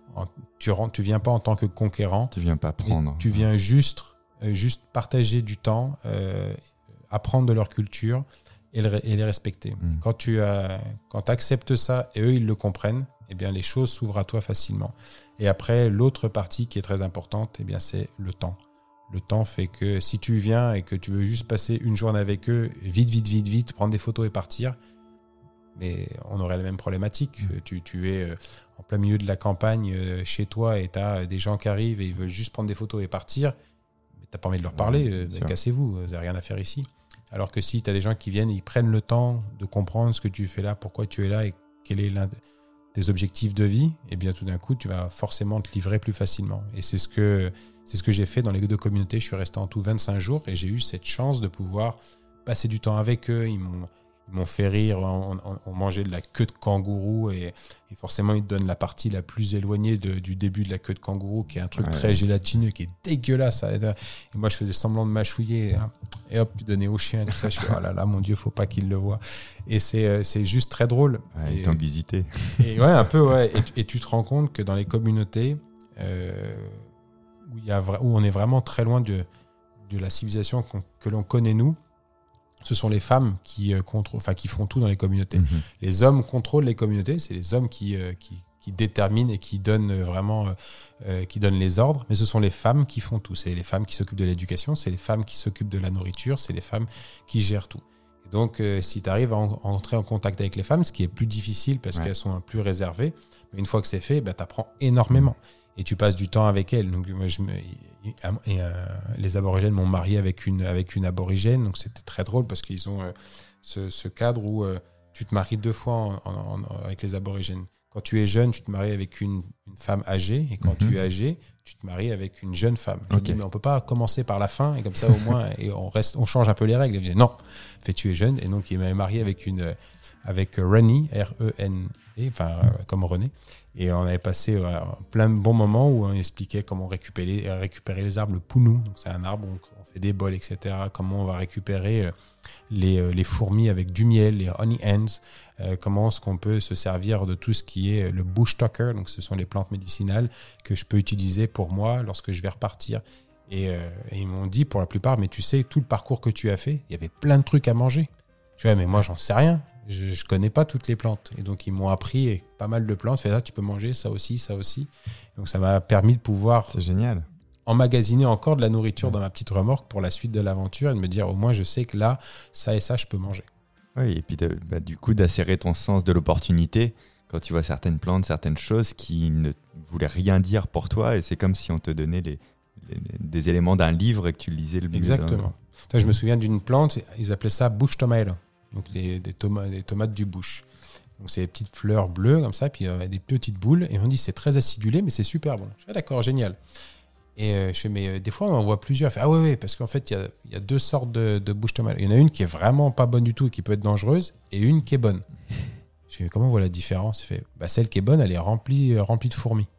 tu viens pas en tant que conquérant. Tu viens pas prendre. Tu viens juste partager du temps, apprendre de leur culture et les respecter. Quand tu acceptes ça et eux, ils le comprennent, eh bien, les choses s'ouvrent à toi facilement. Et après, l'autre partie qui est très importante, eh bien, c'est le temps. Le temps fait que si tu viens et que tu veux juste passer une journée avec eux, vite, prendre des photos et partir, mais on aurait la même problématique. Tu es en plein milieu de la campagne chez toi et tu as des gens qui arrivent et ils veulent juste prendre des photos et partir. Mais tu n'as pas envie de leur parler. Cassez-vous, vous n'avez rien à faire ici. Alors que si tu as des gens qui viennent et ils prennent le temps de comprendre ce que tu fais là, pourquoi tu es là et quel est l'un des objectifs de vie, et bien tout d'un coup, tu vas forcément te livrer plus facilement. Et c'est ce que j'ai fait dans les deux communautés. Je suis resté en tout 25 jours et j'ai eu cette chance de pouvoir passer du temps avec eux. Ils m'ont fait rire, on mangeait de la queue de kangourou et forcément ils te donnent la partie la plus éloignée du début de la queue de kangourou qui est un truc très gélatineux, qui est dégueulasse. Et moi je faisais semblant de mâchouiller et hop, tu donnais au chien et tout ça. Je fais oh là là, mon Dieu, faut pas qu'il le voie. Et c'est juste très drôle. Ouais, ils t'ont visité. Et ouais, un peu, ouais. Et tu te rends compte que dans les communautés où on est vraiment très loin de la civilisation que l'on connaît nous, ce sont les femmes qui font tout dans les communautés. Les hommes contrôlent les communautés, c'est les hommes qui déterminent et qui donnent vraiment qui donnent les ordres, mais ce sont les femmes qui font tout. C'est les femmes qui s'occupent de l'éducation, c'est les femmes qui s'occupent de la nourriture, c'est les femmes qui gèrent tout. Et donc, si tu arrives à entrer en contact avec les femmes, ce qui est plus difficile parce qu'elles sont plus réservées, mais une fois que c'est fait, tu apprends énormément. Et tu passes du temps avec elles. Donc, moi, les aborigènes m'ont marié avec une aborigène, donc c'était très drôle parce qu'ils ont ce cadre où tu te maries 2 fois avec les aborigènes. Quand tu es jeune, tu te maries avec une femme âgée, et quand tu es âgé, tu te maries avec une jeune femme. Je dis, mais on peut pas commencer par la fin, et comme ça au moins, et on change un peu les règles. Il me dit, non, tu es jeune, et donc il m'avait marié avec Renée, R-E-N-E, comme René. Et on avait passé plein de bons moments où on expliquait comment récupérer les arbres, le pounou. Donc c'est un arbre où on fait des bols, etc. Comment on va récupérer les fourmis avec du miel, les honey ants. Comment est-ce qu'on peut se servir de tout ce qui est le bush tucker. Donc ce sont les plantes médicinales que je peux utiliser pour moi lorsque je vais repartir. Et ils m'ont dit pour la plupart, mais tu sais, tout le parcours que tu as fait, il y avait plein de trucs à manger. Je dis, mais moi j'en sais rien. Je connais pas toutes les plantes. Et donc, ils m'ont appris pas mal de plantes. Ça, tu peux manger ça aussi, ça aussi. Donc, ça m'a permis de pouvoir emmagasiner encore de la nourriture dans ma petite remorque pour la suite de l'aventure et de me dire, au moins, je sais que là, ça et ça, je peux manger. Oui, et puis du coup, d'acérer ton sens de l'opportunité quand tu vois certaines plantes, certaines choses qui ne voulaient rien dire pour toi. Et c'est comme si on te donnait des éléments d'un livre et que tu lisais le bout. Exactement. Je me souviens d'une plante, ils appelaient ça bush tomato. Donc des tomates du bush. Donc c'est des petites fleurs bleues comme ça, puis des petites boules. Et on dit c'est très acidulé, mais c'est super bon. Je dis d'accord, génial. Et mais des fois on en voit plusieurs. Ah ouais, parce qu'en fait il y a 2 sortes de bush tomates. Il y en a une qui est vraiment pas bonne du tout et qui peut être dangereuse, et une qui est bonne. Je dis comment on voit la différence? Celle qui est bonne, elle est remplie de fourmis.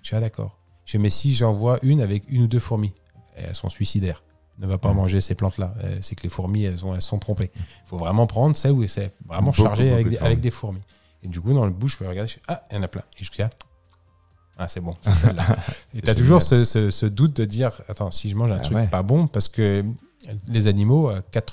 Je dis, d'accord. Je dis, mais si j'en vois une avec une ou deux fourmis, elles sont suicidaires. Ne va pas manger ces plantes-là. C'est que les fourmis, elles sont trompées. Il faut vraiment prendre celle où c'est vraiment chargé avec des fourmis. Et du coup, dans le bouche, je peux regarder, je dis, il y en a plein. Et je dis, c'est bon, c'est celle-là. Et tu as toujours ce doute de dire, attends, si je mange un truc pas bon, parce que les animaux,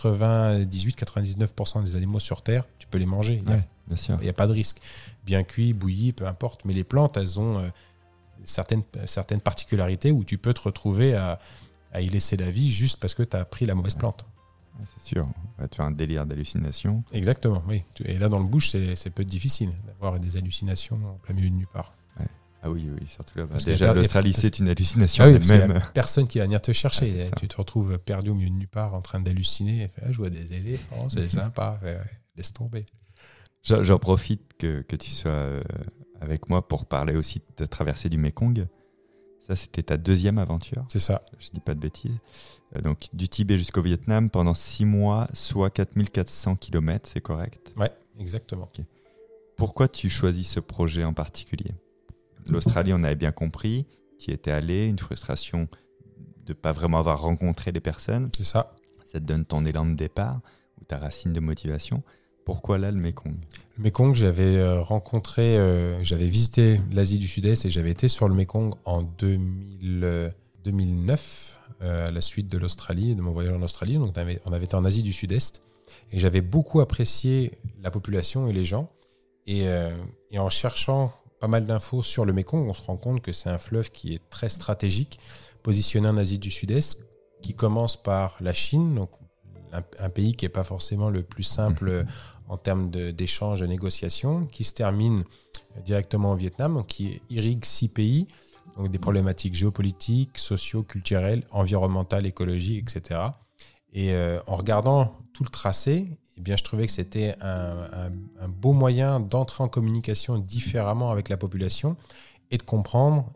98-99% des animaux sur Terre, tu peux les manger. Il n'y a pas de risque. Bien cuit, bouilli, peu importe. Mais les plantes, elles ont certaines particularités où tu peux te retrouver à y laisser la vie juste parce que tu as pris la mauvaise plante. C'est sûr, on va te faire un délire d'hallucination. Exactement, oui. Et là, dans le bush, c'est peu difficile d'avoir des hallucinations en plein milieu de nulle part. Ouais. Ah oui, surtout là. Déjà, l'Australie, c'est une hallucination elle-même. Il n'y a personne qui va venir te chercher. Tu te retrouves perdu au milieu de nulle part en train d'halluciner. Je vois des éléphants, c'est sympa. Laisse tomber. J'en profite que tu sois avec moi pour parler aussi de ta traversée du Mekong. Ça, c'était ta deuxième aventure. C'est ça. Je dis pas de bêtises. Donc, du Tibet jusqu'au Vietnam pendant 6 mois, soit 4400 km, c'est correct? Ouais, exactement. Okay. Pourquoi tu choisis ce projet en particulier? L'Australie, on avait bien compris. Tu y étais allé, une frustration de ne pas vraiment avoir rencontré les personnes. C'est ça. Ça te donne ton élan de départ ou ta racine de motivation. Pourquoi là, le Mekong? Le Mekong, j'avais visité l'Asie du Sud-Est et j'avais été sur le Mekong en 2009 à la suite de l'Australie, de mon voyage en Australie. Donc on avait été en Asie du Sud-Est et j'avais beaucoup apprécié la population et les gens. Et en cherchant pas mal d'infos sur le Mekong, on se rend compte que c'est un fleuve qui est très stratégique, positionné en Asie du Sud-Est, qui commence par la Chine, donc un pays qui n'est pas forcément le plus simple en termes d'échanges, de négociations, qui se termine directement au Vietnam, donc qui irrigue 6 pays, donc des problématiques géopolitiques, socio-culturelles, environnementales, écologiques, etc. Et en regardant tout le tracé, eh bien, je trouvais que c'était un beau moyen d'entrer en communication différemment avec la population et de comprendre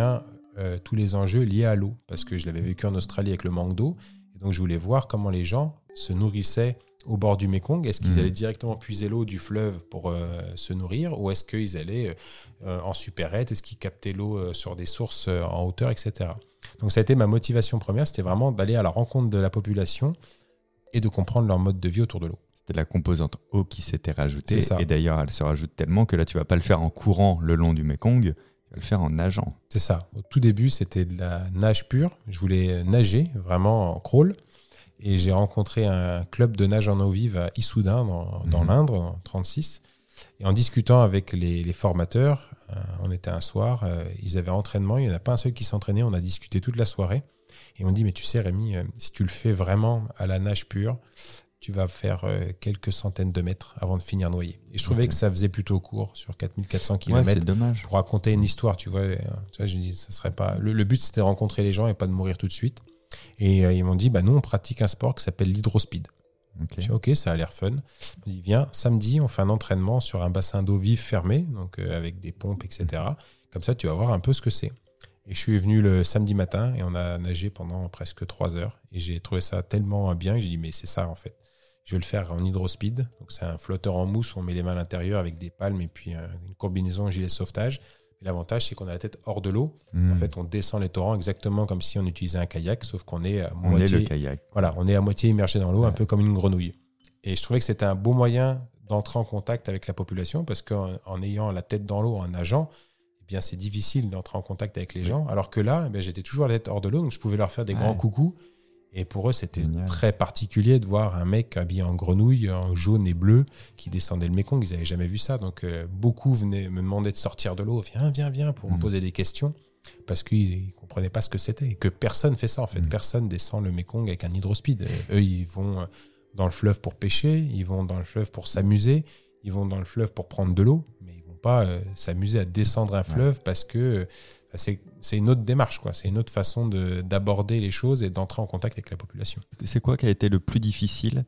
tous les enjeux liés à l'eau, parce que je l'avais vécu en Australie avec le manque d'eau, et donc je voulais voir comment les gens se nourrissaient au bord du Mekong. Est-ce qu'ils allaient directement puiser l'eau du fleuve pour se nourrir, ou est-ce qu'ils allaient en supérette? Est-ce qu'ils captaient l'eau sur des sources en hauteur, etc. Donc ça a été ma motivation première, c'était vraiment d'aller à la rencontre de la population et de comprendre leur mode de vie autour de l'eau. C'était la composante eau qui s'était rajoutée, et d'ailleurs elle se rajoute tellement que là tu ne vas pas le faire en courant le long du Mekong, tu vas le faire en nageant. C'est ça. Au tout début, c'était de la nage pure. Je voulais nager vraiment en crawl. Et j'ai rencontré un club de nage en eau vive à Issoudun, dans l'Indre, en 36. Et en discutant avec les formateurs, on était un soir, ils avaient entraînement, il n'y en a pas un seul qui s'entraînait, on a discuté toute la soirée. Et on dit, mais tu sais Rémi, si tu le fais vraiment à la nage pure, tu vas faire quelques centaines de mètres avant de finir noyé. Et je trouvais que ça faisait plutôt court, sur 4400 km. Ouais, c'est dommage. Pour raconter une histoire, tu vois, je dis, ça serait pas... Le but, c'était de rencontrer les gens et pas de mourir tout de suite. Et ils m'ont dit, nous, on pratique un sport qui s'appelle l'hydrospeed. J'ai dit, ok, ça a l'air fun. Ils m'ont dit, viens, samedi, on fait un entraînement sur un bassin d'eau vive fermé, donc avec des pompes, etc. Comme ça, tu vas voir un peu ce que c'est. Et je suis venu le samedi matin et on a nagé pendant presque 3 heures. Et j'ai trouvé ça tellement bien que j'ai dit, mais c'est ça, en fait. Je vais le faire en hydrospeed. Donc, c'est un flotteur en mousse où on met les mains à l'intérieur avec des palmes et puis une combinaison gilet sauvetage. Et l'avantage, c'est qu'on a la tête hors de l'eau. En fait, on descend les torrents exactement comme si on utilisait un kayak, sauf qu'on est à moitié... On est le kayak. Voilà, on est à moitié immergé dans l'eau, un peu comme une grenouille. Et je trouvais que c'était un beau moyen d'entrer en contact avec la population, parce qu'en ayant la tête dans l'eau, en nageant, eh bien, c'est difficile d'entrer en contact avec les gens. Alors que là, j'étais toujours la tête hors de l'eau, donc je pouvais leur faire des grands coucous. Et pour eux, c'était très particulier de voir un mec habillé en grenouille, en jaune et bleu, qui descendait le Mekong. Ils n'avaient jamais vu ça. Donc, beaucoup venaient me demander de sortir de l'eau. Viens, pour me poser des questions. Parce qu'ils ne comprenaient pas ce que c'était. Et que personne ne fait ça, en fait. Personne descend le Mekong avec un hydrospeed. Eux, ils vont dans le fleuve pour pêcher. Ils vont dans le fleuve pour s'amuser. Ils vont dans le fleuve pour prendre de l'eau. Mais ils ne vont pas s'amuser à descendre un fleuve parce que... c'est une autre démarche, quoi. C'est une autre façon d'aborder les choses et d'entrer en contact avec la population. C'est quoi qui a été le plus difficile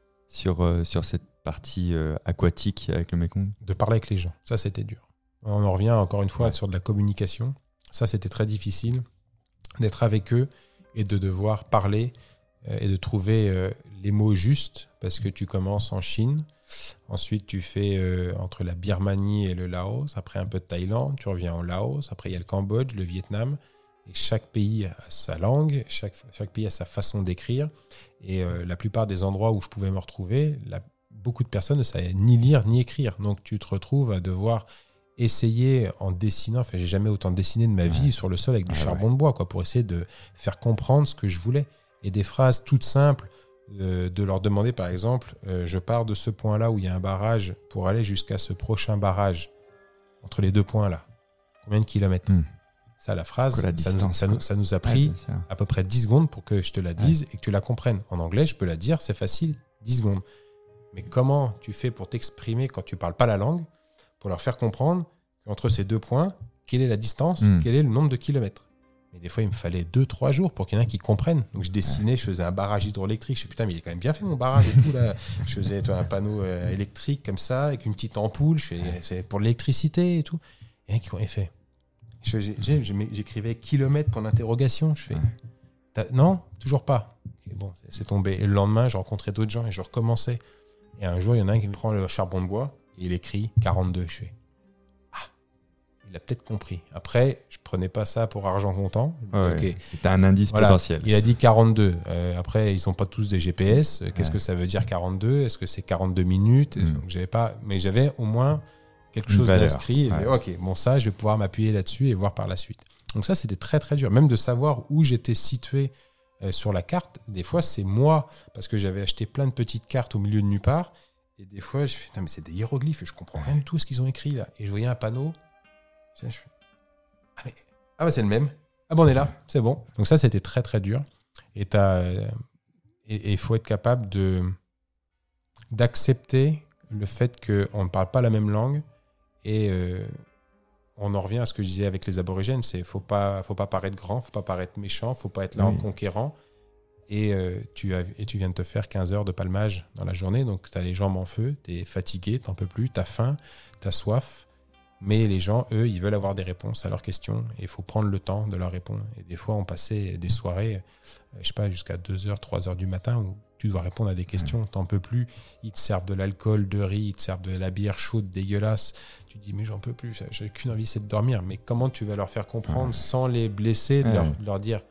sur cette partie aquatique avec le Mekong? De parler avec les gens. Ça, c'était dur. On en revient encore une fois sur de la communication. Ça, c'était très difficile d'être avec eux et de devoir parler et de trouver les mots justes parce que tu commences en Chine. Ensuite, tu fais entre la Birmanie et le Laos. Après, un peu de Thaïlande. Tu reviens au Laos. Après, il y a le Cambodge, le Vietnam. Et chaque pays a sa langue. Chaque pays a sa façon d'écrire. Et la plupart des endroits où je pouvais me retrouver, beaucoup de personnes ne savaient ni lire ni écrire. Donc, tu te retrouves à devoir essayer en dessinant. Enfin, j'ai jamais autant dessiné de ma vie sur le sol avec du charbon de bois, quoi, pour essayer de faire comprendre ce que je voulais. Et des phrases toutes simples, de leur demander, par exemple, je pars de ce point-là où il y a un barrage pour aller jusqu'à ce prochain barrage, entre les deux points-là. Combien de kilomètres Ça, la phrase, ça nous a pris à peu près 10 secondes pour que je te la dise et que tu la comprennes. En anglais, je peux la dire, c'est facile, 10 secondes. Mais comment tu fais pour t'exprimer quand tu ne parles pas la langue, pour leur faire comprendre qu'entre ces deux points, quelle est la distance, quel est le nombre de kilomètres? Mais des fois, il me fallait 2-3 jours pour qu'il y en ait qui comprennent. Donc, je dessinais, je faisais un barrage hydroélectrique. Je dis, putain, mais il est quand même bien fait mon barrage et tout, là. Je faisais un panneau électrique comme ça, avec une petite ampoule. C'est pour l'électricité et tout. Et il y en a qui ont fait. J'écrivais kilomètres pour l'interrogation. Je fais, non, toujours pas. Et bon, c'est tombé. Et le lendemain, je rencontrais d'autres gens et je recommençais. Et un jour, il y en a un qui me prend le charbon de bois et il écrit 42. Je fais, il a peut-être compris. Après, je prenais pas ça pour argent comptant. Okay. C'était un indice potentiel. Il a dit 42. Après, ils sont pas tous des GPS. Qu'est-ce que ça veut dire 42 ? Est-ce que c'est 42 minutes ? Donc, j'avais au moins quelque chose d'inscrit. Ok, bon, ça, je vais pouvoir m'appuyer là-dessus et voir par la suite. Donc ça, c'était très, très dur. Même de savoir où j'étais situé sur la carte. Des fois, c'est moi, parce que j'avais acheté plein de petites cartes au milieu de nulle part. Et des fois, je fais, non, mais c'est des hiéroglyphes. Je comprends rien du tout ce qu'ils ont écrit là. Et je voyais un panneau. Je fais, c'est le même. Ah bon, on est là, c'est bon. Donc ça, c'était très, très dur. Et il faut être capable d'accepter le fait qu'on ne parle pas la même langue. Et on en revient à ce que je disais avec les aborigènes, c'est faut pas paraître grand, faut pas paraître méchant, faut pas être là en conquérant. Et tu viens de te faire 15 heures de palmage dans la journée, donc tu as les jambes en feu, tu es fatigué, tu n'en peux plus, tu as faim, tu as soif. Mais les gens, eux, ils veulent avoir des réponses à leurs questions et il faut prendre le temps de leur répondre. Et des fois, on passait des soirées, je sais pas, jusqu'à 2h, 3h du matin où tu dois répondre à des questions, t'en peux plus. Ils te servent de l'alcool, de riz, ils te servent de la bière chaude, dégueulasse. Tu te dis, mais j'en peux plus, j'ai qu'une envie, c'est de dormir. Mais comment tu vas leur faire comprendre sans les blesser, de leur dire,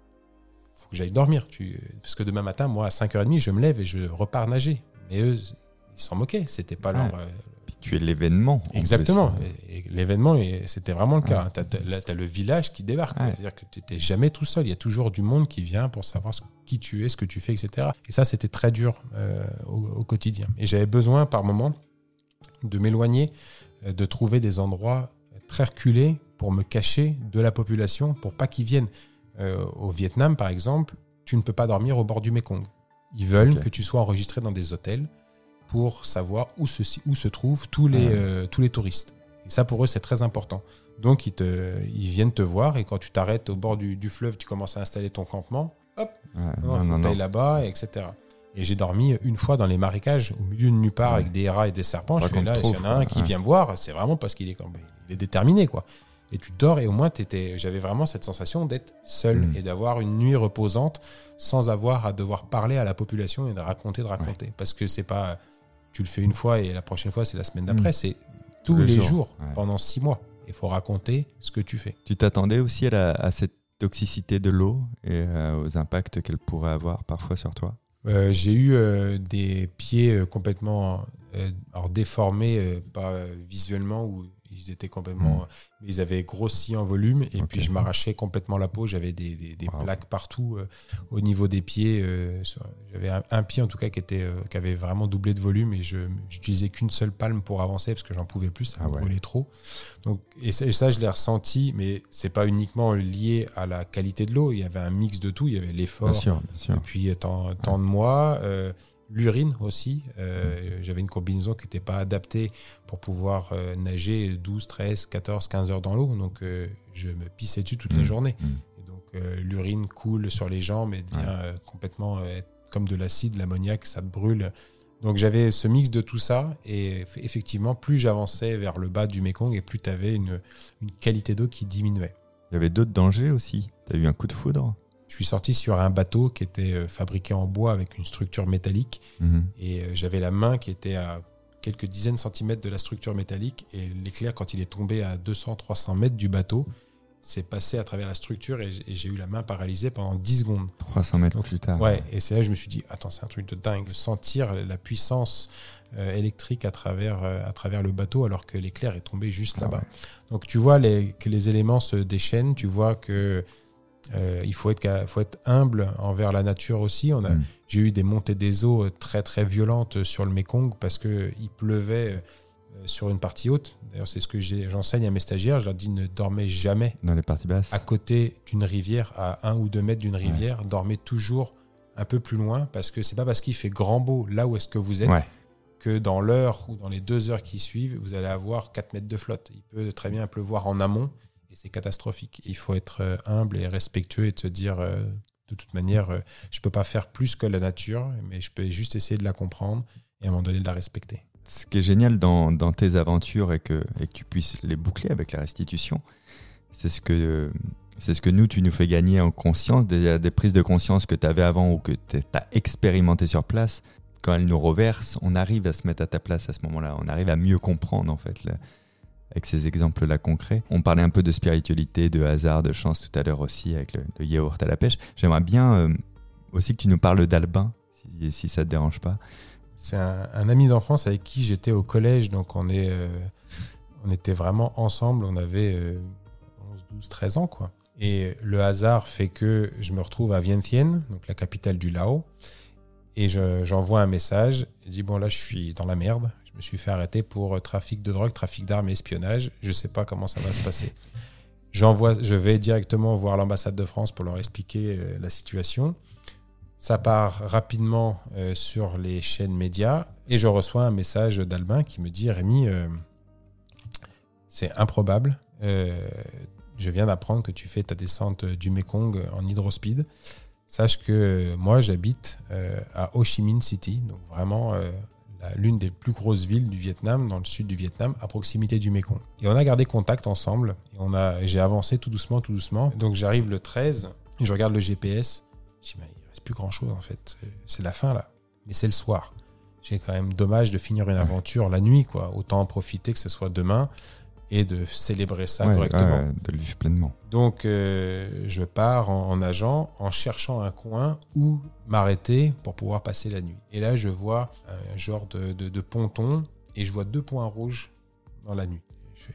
faut que j'aille dormir. Parce que demain matin, moi, à 5h30, je me lève et je repars nager. Mais eux, ils s'en moquaient, c'était pas leur... Puis tu es l'événement. Exactement. Et l'événement, c'était vraiment le cas. Là, tu as le village qui débarque. C'est-à-dire que tu n'étais jamais tout seul. Il y a toujours du monde qui vient pour savoir qui tu es, ce que tu fais, etc. Et ça, c'était très dur au quotidien. Et j'avais besoin, par moment, de m'éloigner, de trouver des endroits très reculés pour me cacher de la population, pour pas qu'ils viennent. Au Vietnam, par exemple, tu ne peux pas dormir au bord du Mekong. Ils veulent que tu sois enregistré dans des hôtels pour savoir où se trouvent tous les touristes. Et ça, pour eux, c'est très important. Donc, ils viennent te voir et quand tu t'arrêtes au bord du fleuve, tu commences à installer ton campement, hop, faut là-bas, etc. Et j'ai dormi une fois dans les marécages, au milieu de nulle part, avec des rats et des serpents. Je suis là, s'il y en a un qui vient me voir, c'est vraiment parce qu'il est déterminé, quoi. Et tu dors et au moins, j'avais vraiment cette sensation d'être seul et d'avoir une nuit reposante sans avoir à devoir parler à la population et de raconter. Parce que c'est pas... Tu le fais une fois et la prochaine fois, c'est la semaine d'après. C'est tous les jours pendant 6 mois. Il faut raconter ce que tu fais. Tu t'attendais aussi à cette toxicité de l'eau et aux impacts qu'elle pourrait avoir parfois sur toi ? J'ai eu des pieds complètement déformés, pas visuellement, ou ils étaient complètement... Ils avaient grossi en volume et puis je m'arrachais complètement la peau. J'avais des plaques partout au niveau des pieds. J'avais un pied en tout cas qui avait vraiment doublé de volume et j'utilisais qu'une seule palme pour avancer parce que j'en pouvais plus, ça me brûlait trop. Donc, et ça, je l'ai ressenti, mais c'est pas uniquement lié à la qualité de l'eau. Il y avait un mix de tout. Il y avait l'effort, bien sûr. Et puis tant de mois... l'urine aussi, j'avais une combinaison qui n'était pas adaptée pour pouvoir nager 12, 13, 14, 15 heures dans l'eau, donc je me pissais dessus toute la journée. Et donc l'urine coule sur les jambes et devient complètement comme de l'acide, l'ammoniac, ça te brûle. Donc j'avais ce mix de tout ça et effectivement, plus j'avançais vers le bas du Mekong et plus tu avais une qualité d'eau qui diminuait. Il y avait d'autres dangers aussi. Tu as eu un coup de foudre ? Je suis sorti sur un bateau qui était fabriqué en bois avec une structure métallique. Et j'avais la main qui était à quelques dizaines de centimètres de la structure métallique. Et l'éclair, quand il est tombé à 200-300 mètres du bateau, c'est passé à travers la structure et j'ai eu la main paralysée pendant 10 secondes. 300 mètres plus tard. Ouais, et c'est là que je me suis dit, attends, c'est un truc de dingue. Sentir la puissance électrique à travers le bateau alors que l'éclair est tombé juste là-bas. Ouais. Donc tu vois que les éléments se déchaînent, tu vois que il faut être humble envers la nature aussi. J'ai eu des montées des eaux très très violentes sur le Mékong parce qu'il pleuvait sur une partie haute. D'ailleurs, c'est ce que j'enseigne à mes stagiaires. Je leur dis, ne dormez jamais dans les parties basses. À côté d'une rivière, à 1 ou 2 mètres d'une rivière. Dormez toujours un peu plus loin parce que c'est pas parce qu'il fait grand beau là où est-ce que vous êtes que dans l'heure ou dans les 2 heures qui suivent, vous allez avoir 4 mètres de flotte. Il peut très bien pleuvoir en amont et c'est catastrophique. Il faut être humble et respectueux et de se dire, de toute manière, je peux pas faire plus que la nature, mais je peux juste essayer de la comprendre et à un moment donné de la respecter. Ce qui est génial dans tes aventures et que tu puisses les boucler avec la restitution, c'est ce que tu nous fais gagner en conscience, des prises de conscience que tu avais avant ou que tu as expérimenté sur place. Quand elles nous reversent, on arrive à se mettre à ta place à ce moment-là. On arrive à mieux comprendre, en fait, avec ces exemples-là concrets. On parlait un peu de spiritualité, de hasard, de chance tout à l'heure aussi, avec le yaourt à la pêche. J'aimerais bien aussi que tu nous parles d'Albin, si ça ne te dérange pas. C'est un ami d'enfance avec qui j'étais au collège, donc on était vraiment ensemble, on avait 11, 12, 13 ans, quoi. Et le hasard fait que je me retrouve à Vientiane, donc la capitale du Laos, et j'envoie un message, je dis bon là je suis dans la merde, je me suis fait arrêter pour trafic de drogue, trafic d'armes et espionnage, je sais pas comment ça va se passer. Je vais directement voir l'ambassade de France pour leur expliquer la situation. Ça part rapidement sur les chaînes médias et je reçois un message d'Albin qui me dit « Rémi, c'est improbable. Je viens d'apprendre que tu fais ta descente du Mékong en hydrospeed. Sache que moi, j'habite à Ho Chi Minh City, donc vraiment l'une des plus grosses villes du Vietnam, dans le sud du Vietnam, à proximité du Mékong. Et on a gardé contact ensemble. Et j'ai avancé tout doucement. Donc j'arrive le 13, et je regarde le GPS. Je dis « plus grand chose en fait, c'est la fin là, mais c'est le soir. J'ai quand même dommage de finir une aventure la nuit, quoi. Autant en profiter que ce soit demain et de célébrer ça correctement. De le vivre pleinement. Donc je pars en nageant, en cherchant un coin où m'arrêter pour pouvoir passer la nuit. Et là je vois un genre de ponton et je vois 2 points rouges dans la nuit.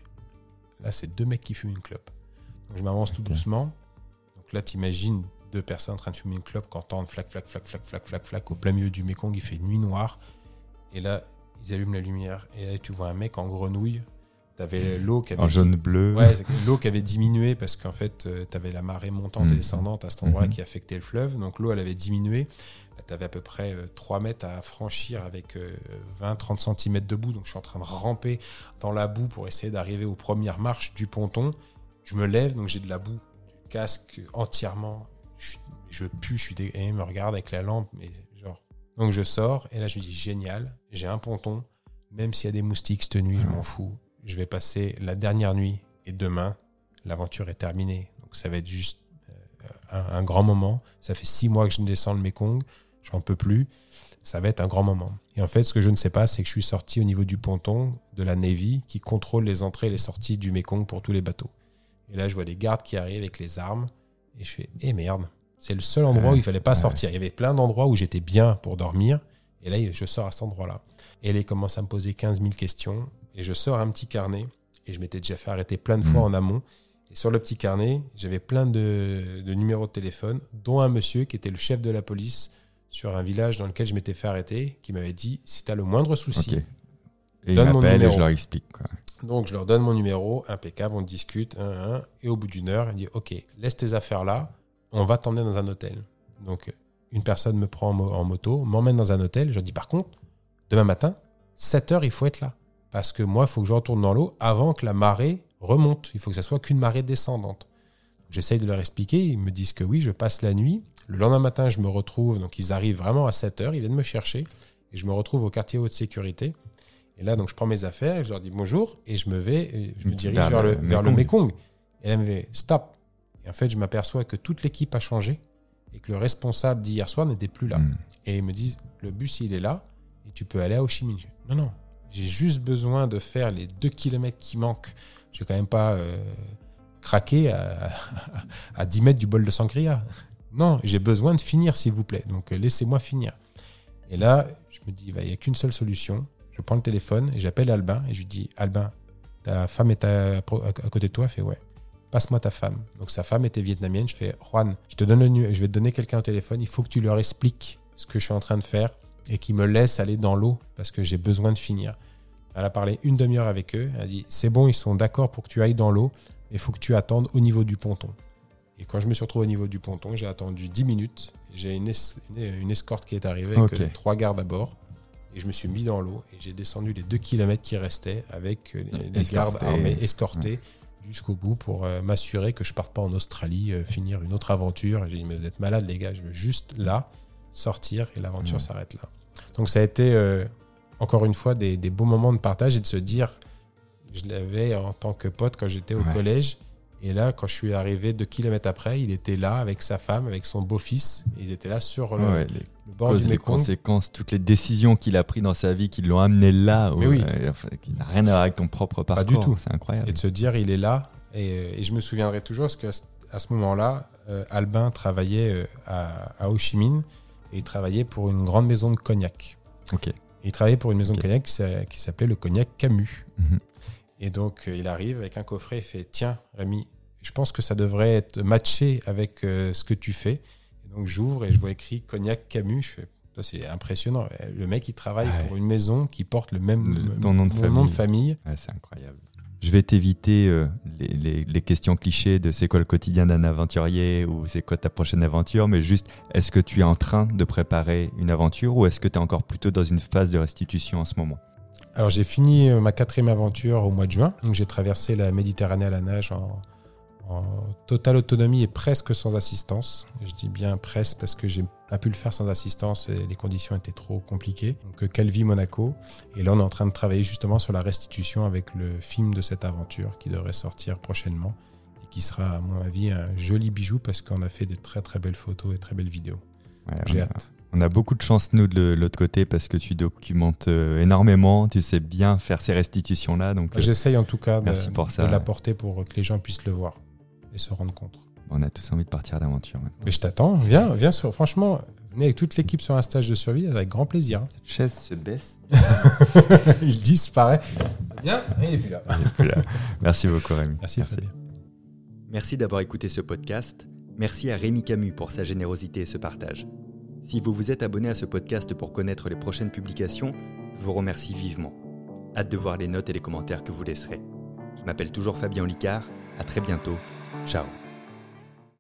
Là c'est 2 mecs qui fument une clope. Donc je m'avance tout doucement. Donc là t'imagines 2 personnes en train de fumer une clope, qui entendent flac, au plein milieu du Mékong, il fait nuit noire. Et là, ils allument la lumière. Et là, tu vois un mec en grenouille. T'avais l'eau qui avait... En jaune-bleu. Ouais, l'eau qui avait diminué parce qu'en fait, t'avais la marée montante et descendante à cet endroit-là qui affectait le fleuve. Donc l'eau, elle avait diminué. T'avais à peu près 3 mètres à franchir avec 20-30 cm de boue. Donc je suis en train de ramper dans la boue pour essayer d'arriver aux premières marches du ponton. Je me lève, donc j'ai de la boue, du casque entièrement... Je pue, et il me regarde avec la lampe, mais genre. Donc je sors, et là je me dis, génial, j'ai un ponton, même s'il y a des moustiques cette nuit, je m'en fous. Je vais passer la dernière nuit, et demain, l'aventure est terminée. Donc ça va être juste un grand moment. Ça fait 6 mois que je descends le Mékong, j'en peux plus. Ça va être un grand moment. Et en fait, ce que je ne sais pas, c'est que je suis sorti au niveau du ponton de la Navy, qui contrôle les entrées et les sorties du Mékong pour tous les bateaux. Et là, je vois les gardes qui arrivent avec les armes, et je fais, merde. C'est le seul endroit où il ne fallait pas sortir. Il y avait plein d'endroits où j'étais bien pour dormir. Et là, je sors à cet endroit-là. Et là, il commence à me poser 15 000 questions. Et je sors un petit carnet. Et je m'étais déjà fait arrêter plein de fois en amont. Et sur le petit carnet, j'avais plein de numéros de téléphone, dont un monsieur qui était le chef de la police sur un village dans lequel je m'étais fait arrêter, qui m'avait dit, si tu as le moindre souci, et donne mon numéro. Et je leur explique, quoi. Donc, je leur donne mon numéro, impeccable, on discute, et au bout d'1 heure, il me dit, OK, laisse tes affaires là, on va t'emmener dans un hôtel. Donc, une personne me prend en moto, m'emmène dans un hôtel. Je dis, par contre, demain matin, 7 heures, il faut être là. Parce que moi, il faut que je retourne dans l'eau avant que la marée remonte. Il faut que ça soit qu'une marée descendante. J'essaye de leur expliquer. Ils me disent que oui, je passe la nuit. Le lendemain matin, je me retrouve. Donc, ils arrivent vraiment à 7 heures. Ils viennent me chercher. Et je me retrouve au quartier haute sécurité. Et là, donc, je prends mes affaires et je leur dis bonjour. Et je me dirige vers le Mékong. Et là, elle me fait stop. Et en fait, je m'aperçois que toute l'équipe a changé. et que le responsable d'hier soir n'était plus là. Et ils me disent, le bus, il est là, et tu peux aller à Ho Chi Minh. Non, j'ai juste besoin de faire les 2 kilomètres qui manquent. Je vais quand même pas craquer à 10 mètres du bol de sangria. Non, j'ai besoin de finir, s'il vous plaît. Donc, laissez-moi finir. Et là, je me dis, il n'y a qu'une seule solution. Je prends le téléphone et j'appelle Albin et je lui dis, Albin, ta femme est à côté de toi? Il fait, ouais. Passe-moi ta femme. Donc sa femme était vietnamienne. Je fais, Juan, je vais te donner quelqu'un au téléphone. Il faut que tu leur expliques ce que je suis en train de faire et qu'ils me laissent aller dans l'eau parce que j'ai besoin de finir. Elle a parlé une demi-heure avec eux. Elle a dit, c'est bon, ils sont d'accord pour que tu ailles dans l'eau, mais il faut que tu attendes au niveau du ponton. Et quand je me suis retrouvé au niveau du ponton, j'ai attendu 10 minutes. J'ai une escorte qui est arrivée avec 3 gardes à bord. Et je me suis mis dans l'eau et j'ai descendu les 2 kilomètres qui restaient avec les gardes armés escortés jusqu'au bout pour m'assurer que je ne parte pas en Australie, finir une autre aventure. J'ai dit, mais vous êtes malades les gars, je veux juste là sortir et l'aventure s'arrête là. Donc ça a été encore une fois des beaux moments de partage et de se dire, je l'avais en tant que pote quand j'étais au collège. Et là, quand je suis arrivé 2 kilomètres après, il était là avec sa femme, avec son beau-fils. Ils étaient là sur le bord du Mekong. Les conséquences, toutes les décisions qu'il a prises dans sa vie qui l'ont amené là, qui n'a rien à voir avec ton propre parcours. Pas du tout. C'est incroyable. Et de se dire, il est là. Et je me souviendrai toujours parce qu'à ce moment-là, Albin travaillait à Ho Chi Minh et il travaillait pour une grande maison de cognac. Et il travaillait pour une maison de cognac qui s'appelait le Cognac Camus. Et donc, il arrive avec un coffret et fait « Tiens, Rémi, je pense que ça devrait être matché avec ce que tu fais. » Et donc, j'ouvre et je vois écrit « Cognac Camus ». Je fais « C'est impressionnant. Le mec, il travaille pour une maison qui porte le même nom de famille. » C'est incroyable. Je vais t'éviter les questions clichés de « C'est quoi le quotidien d'un aventurier » ou « C'est quoi ta prochaine aventure ?» Mais juste, est-ce que tu es en train de préparer une aventure ou est-ce que tu es encore plutôt dans une phase de restitution en ce moment ? Alors, j'ai fini ma 4e aventure au mois de juin. Donc, j'ai traversé la Méditerranée à la nage en totale autonomie et presque sans assistance. Je dis bien presque parce que j'ai pas pu le faire sans assistance et les conditions étaient trop compliquées. Donc, Calvi, Monaco. Et là, on est en train de travailler justement sur la restitution avec le film de cette aventure qui devrait sortir prochainement et qui sera, à mon avis, un joli bijou parce qu'on a fait de très, très belles photos et très belles vidéos. J'ai hâte. On a beaucoup de chance, nous, de l'autre côté, parce que tu documentes énormément, tu sais bien faire ces restitutions-là. Donc, j'essaye en tout cas de l'apporter pour que les gens puissent le voir et se rendre compte. On a tous envie de partir à l'aventure maintenant. Mais je t'attends, viens franchement, venez avec toute l'équipe sur un stage de survie, avec grand plaisir. Cette chaise se baisse. Il disparaît. Viens, il n'est plus là. Merci beaucoup, Rémi. Merci. Merci d'avoir écouté ce podcast. Merci à Rémi Camus pour sa générosité et ce partage. Si vous vous êtes abonné à ce podcast pour connaître les prochaines publications, je vous remercie vivement. Hâte de voir les notes et les commentaires que vous laisserez. Je m'appelle toujours Fabien Olicard. À très bientôt. Ciao.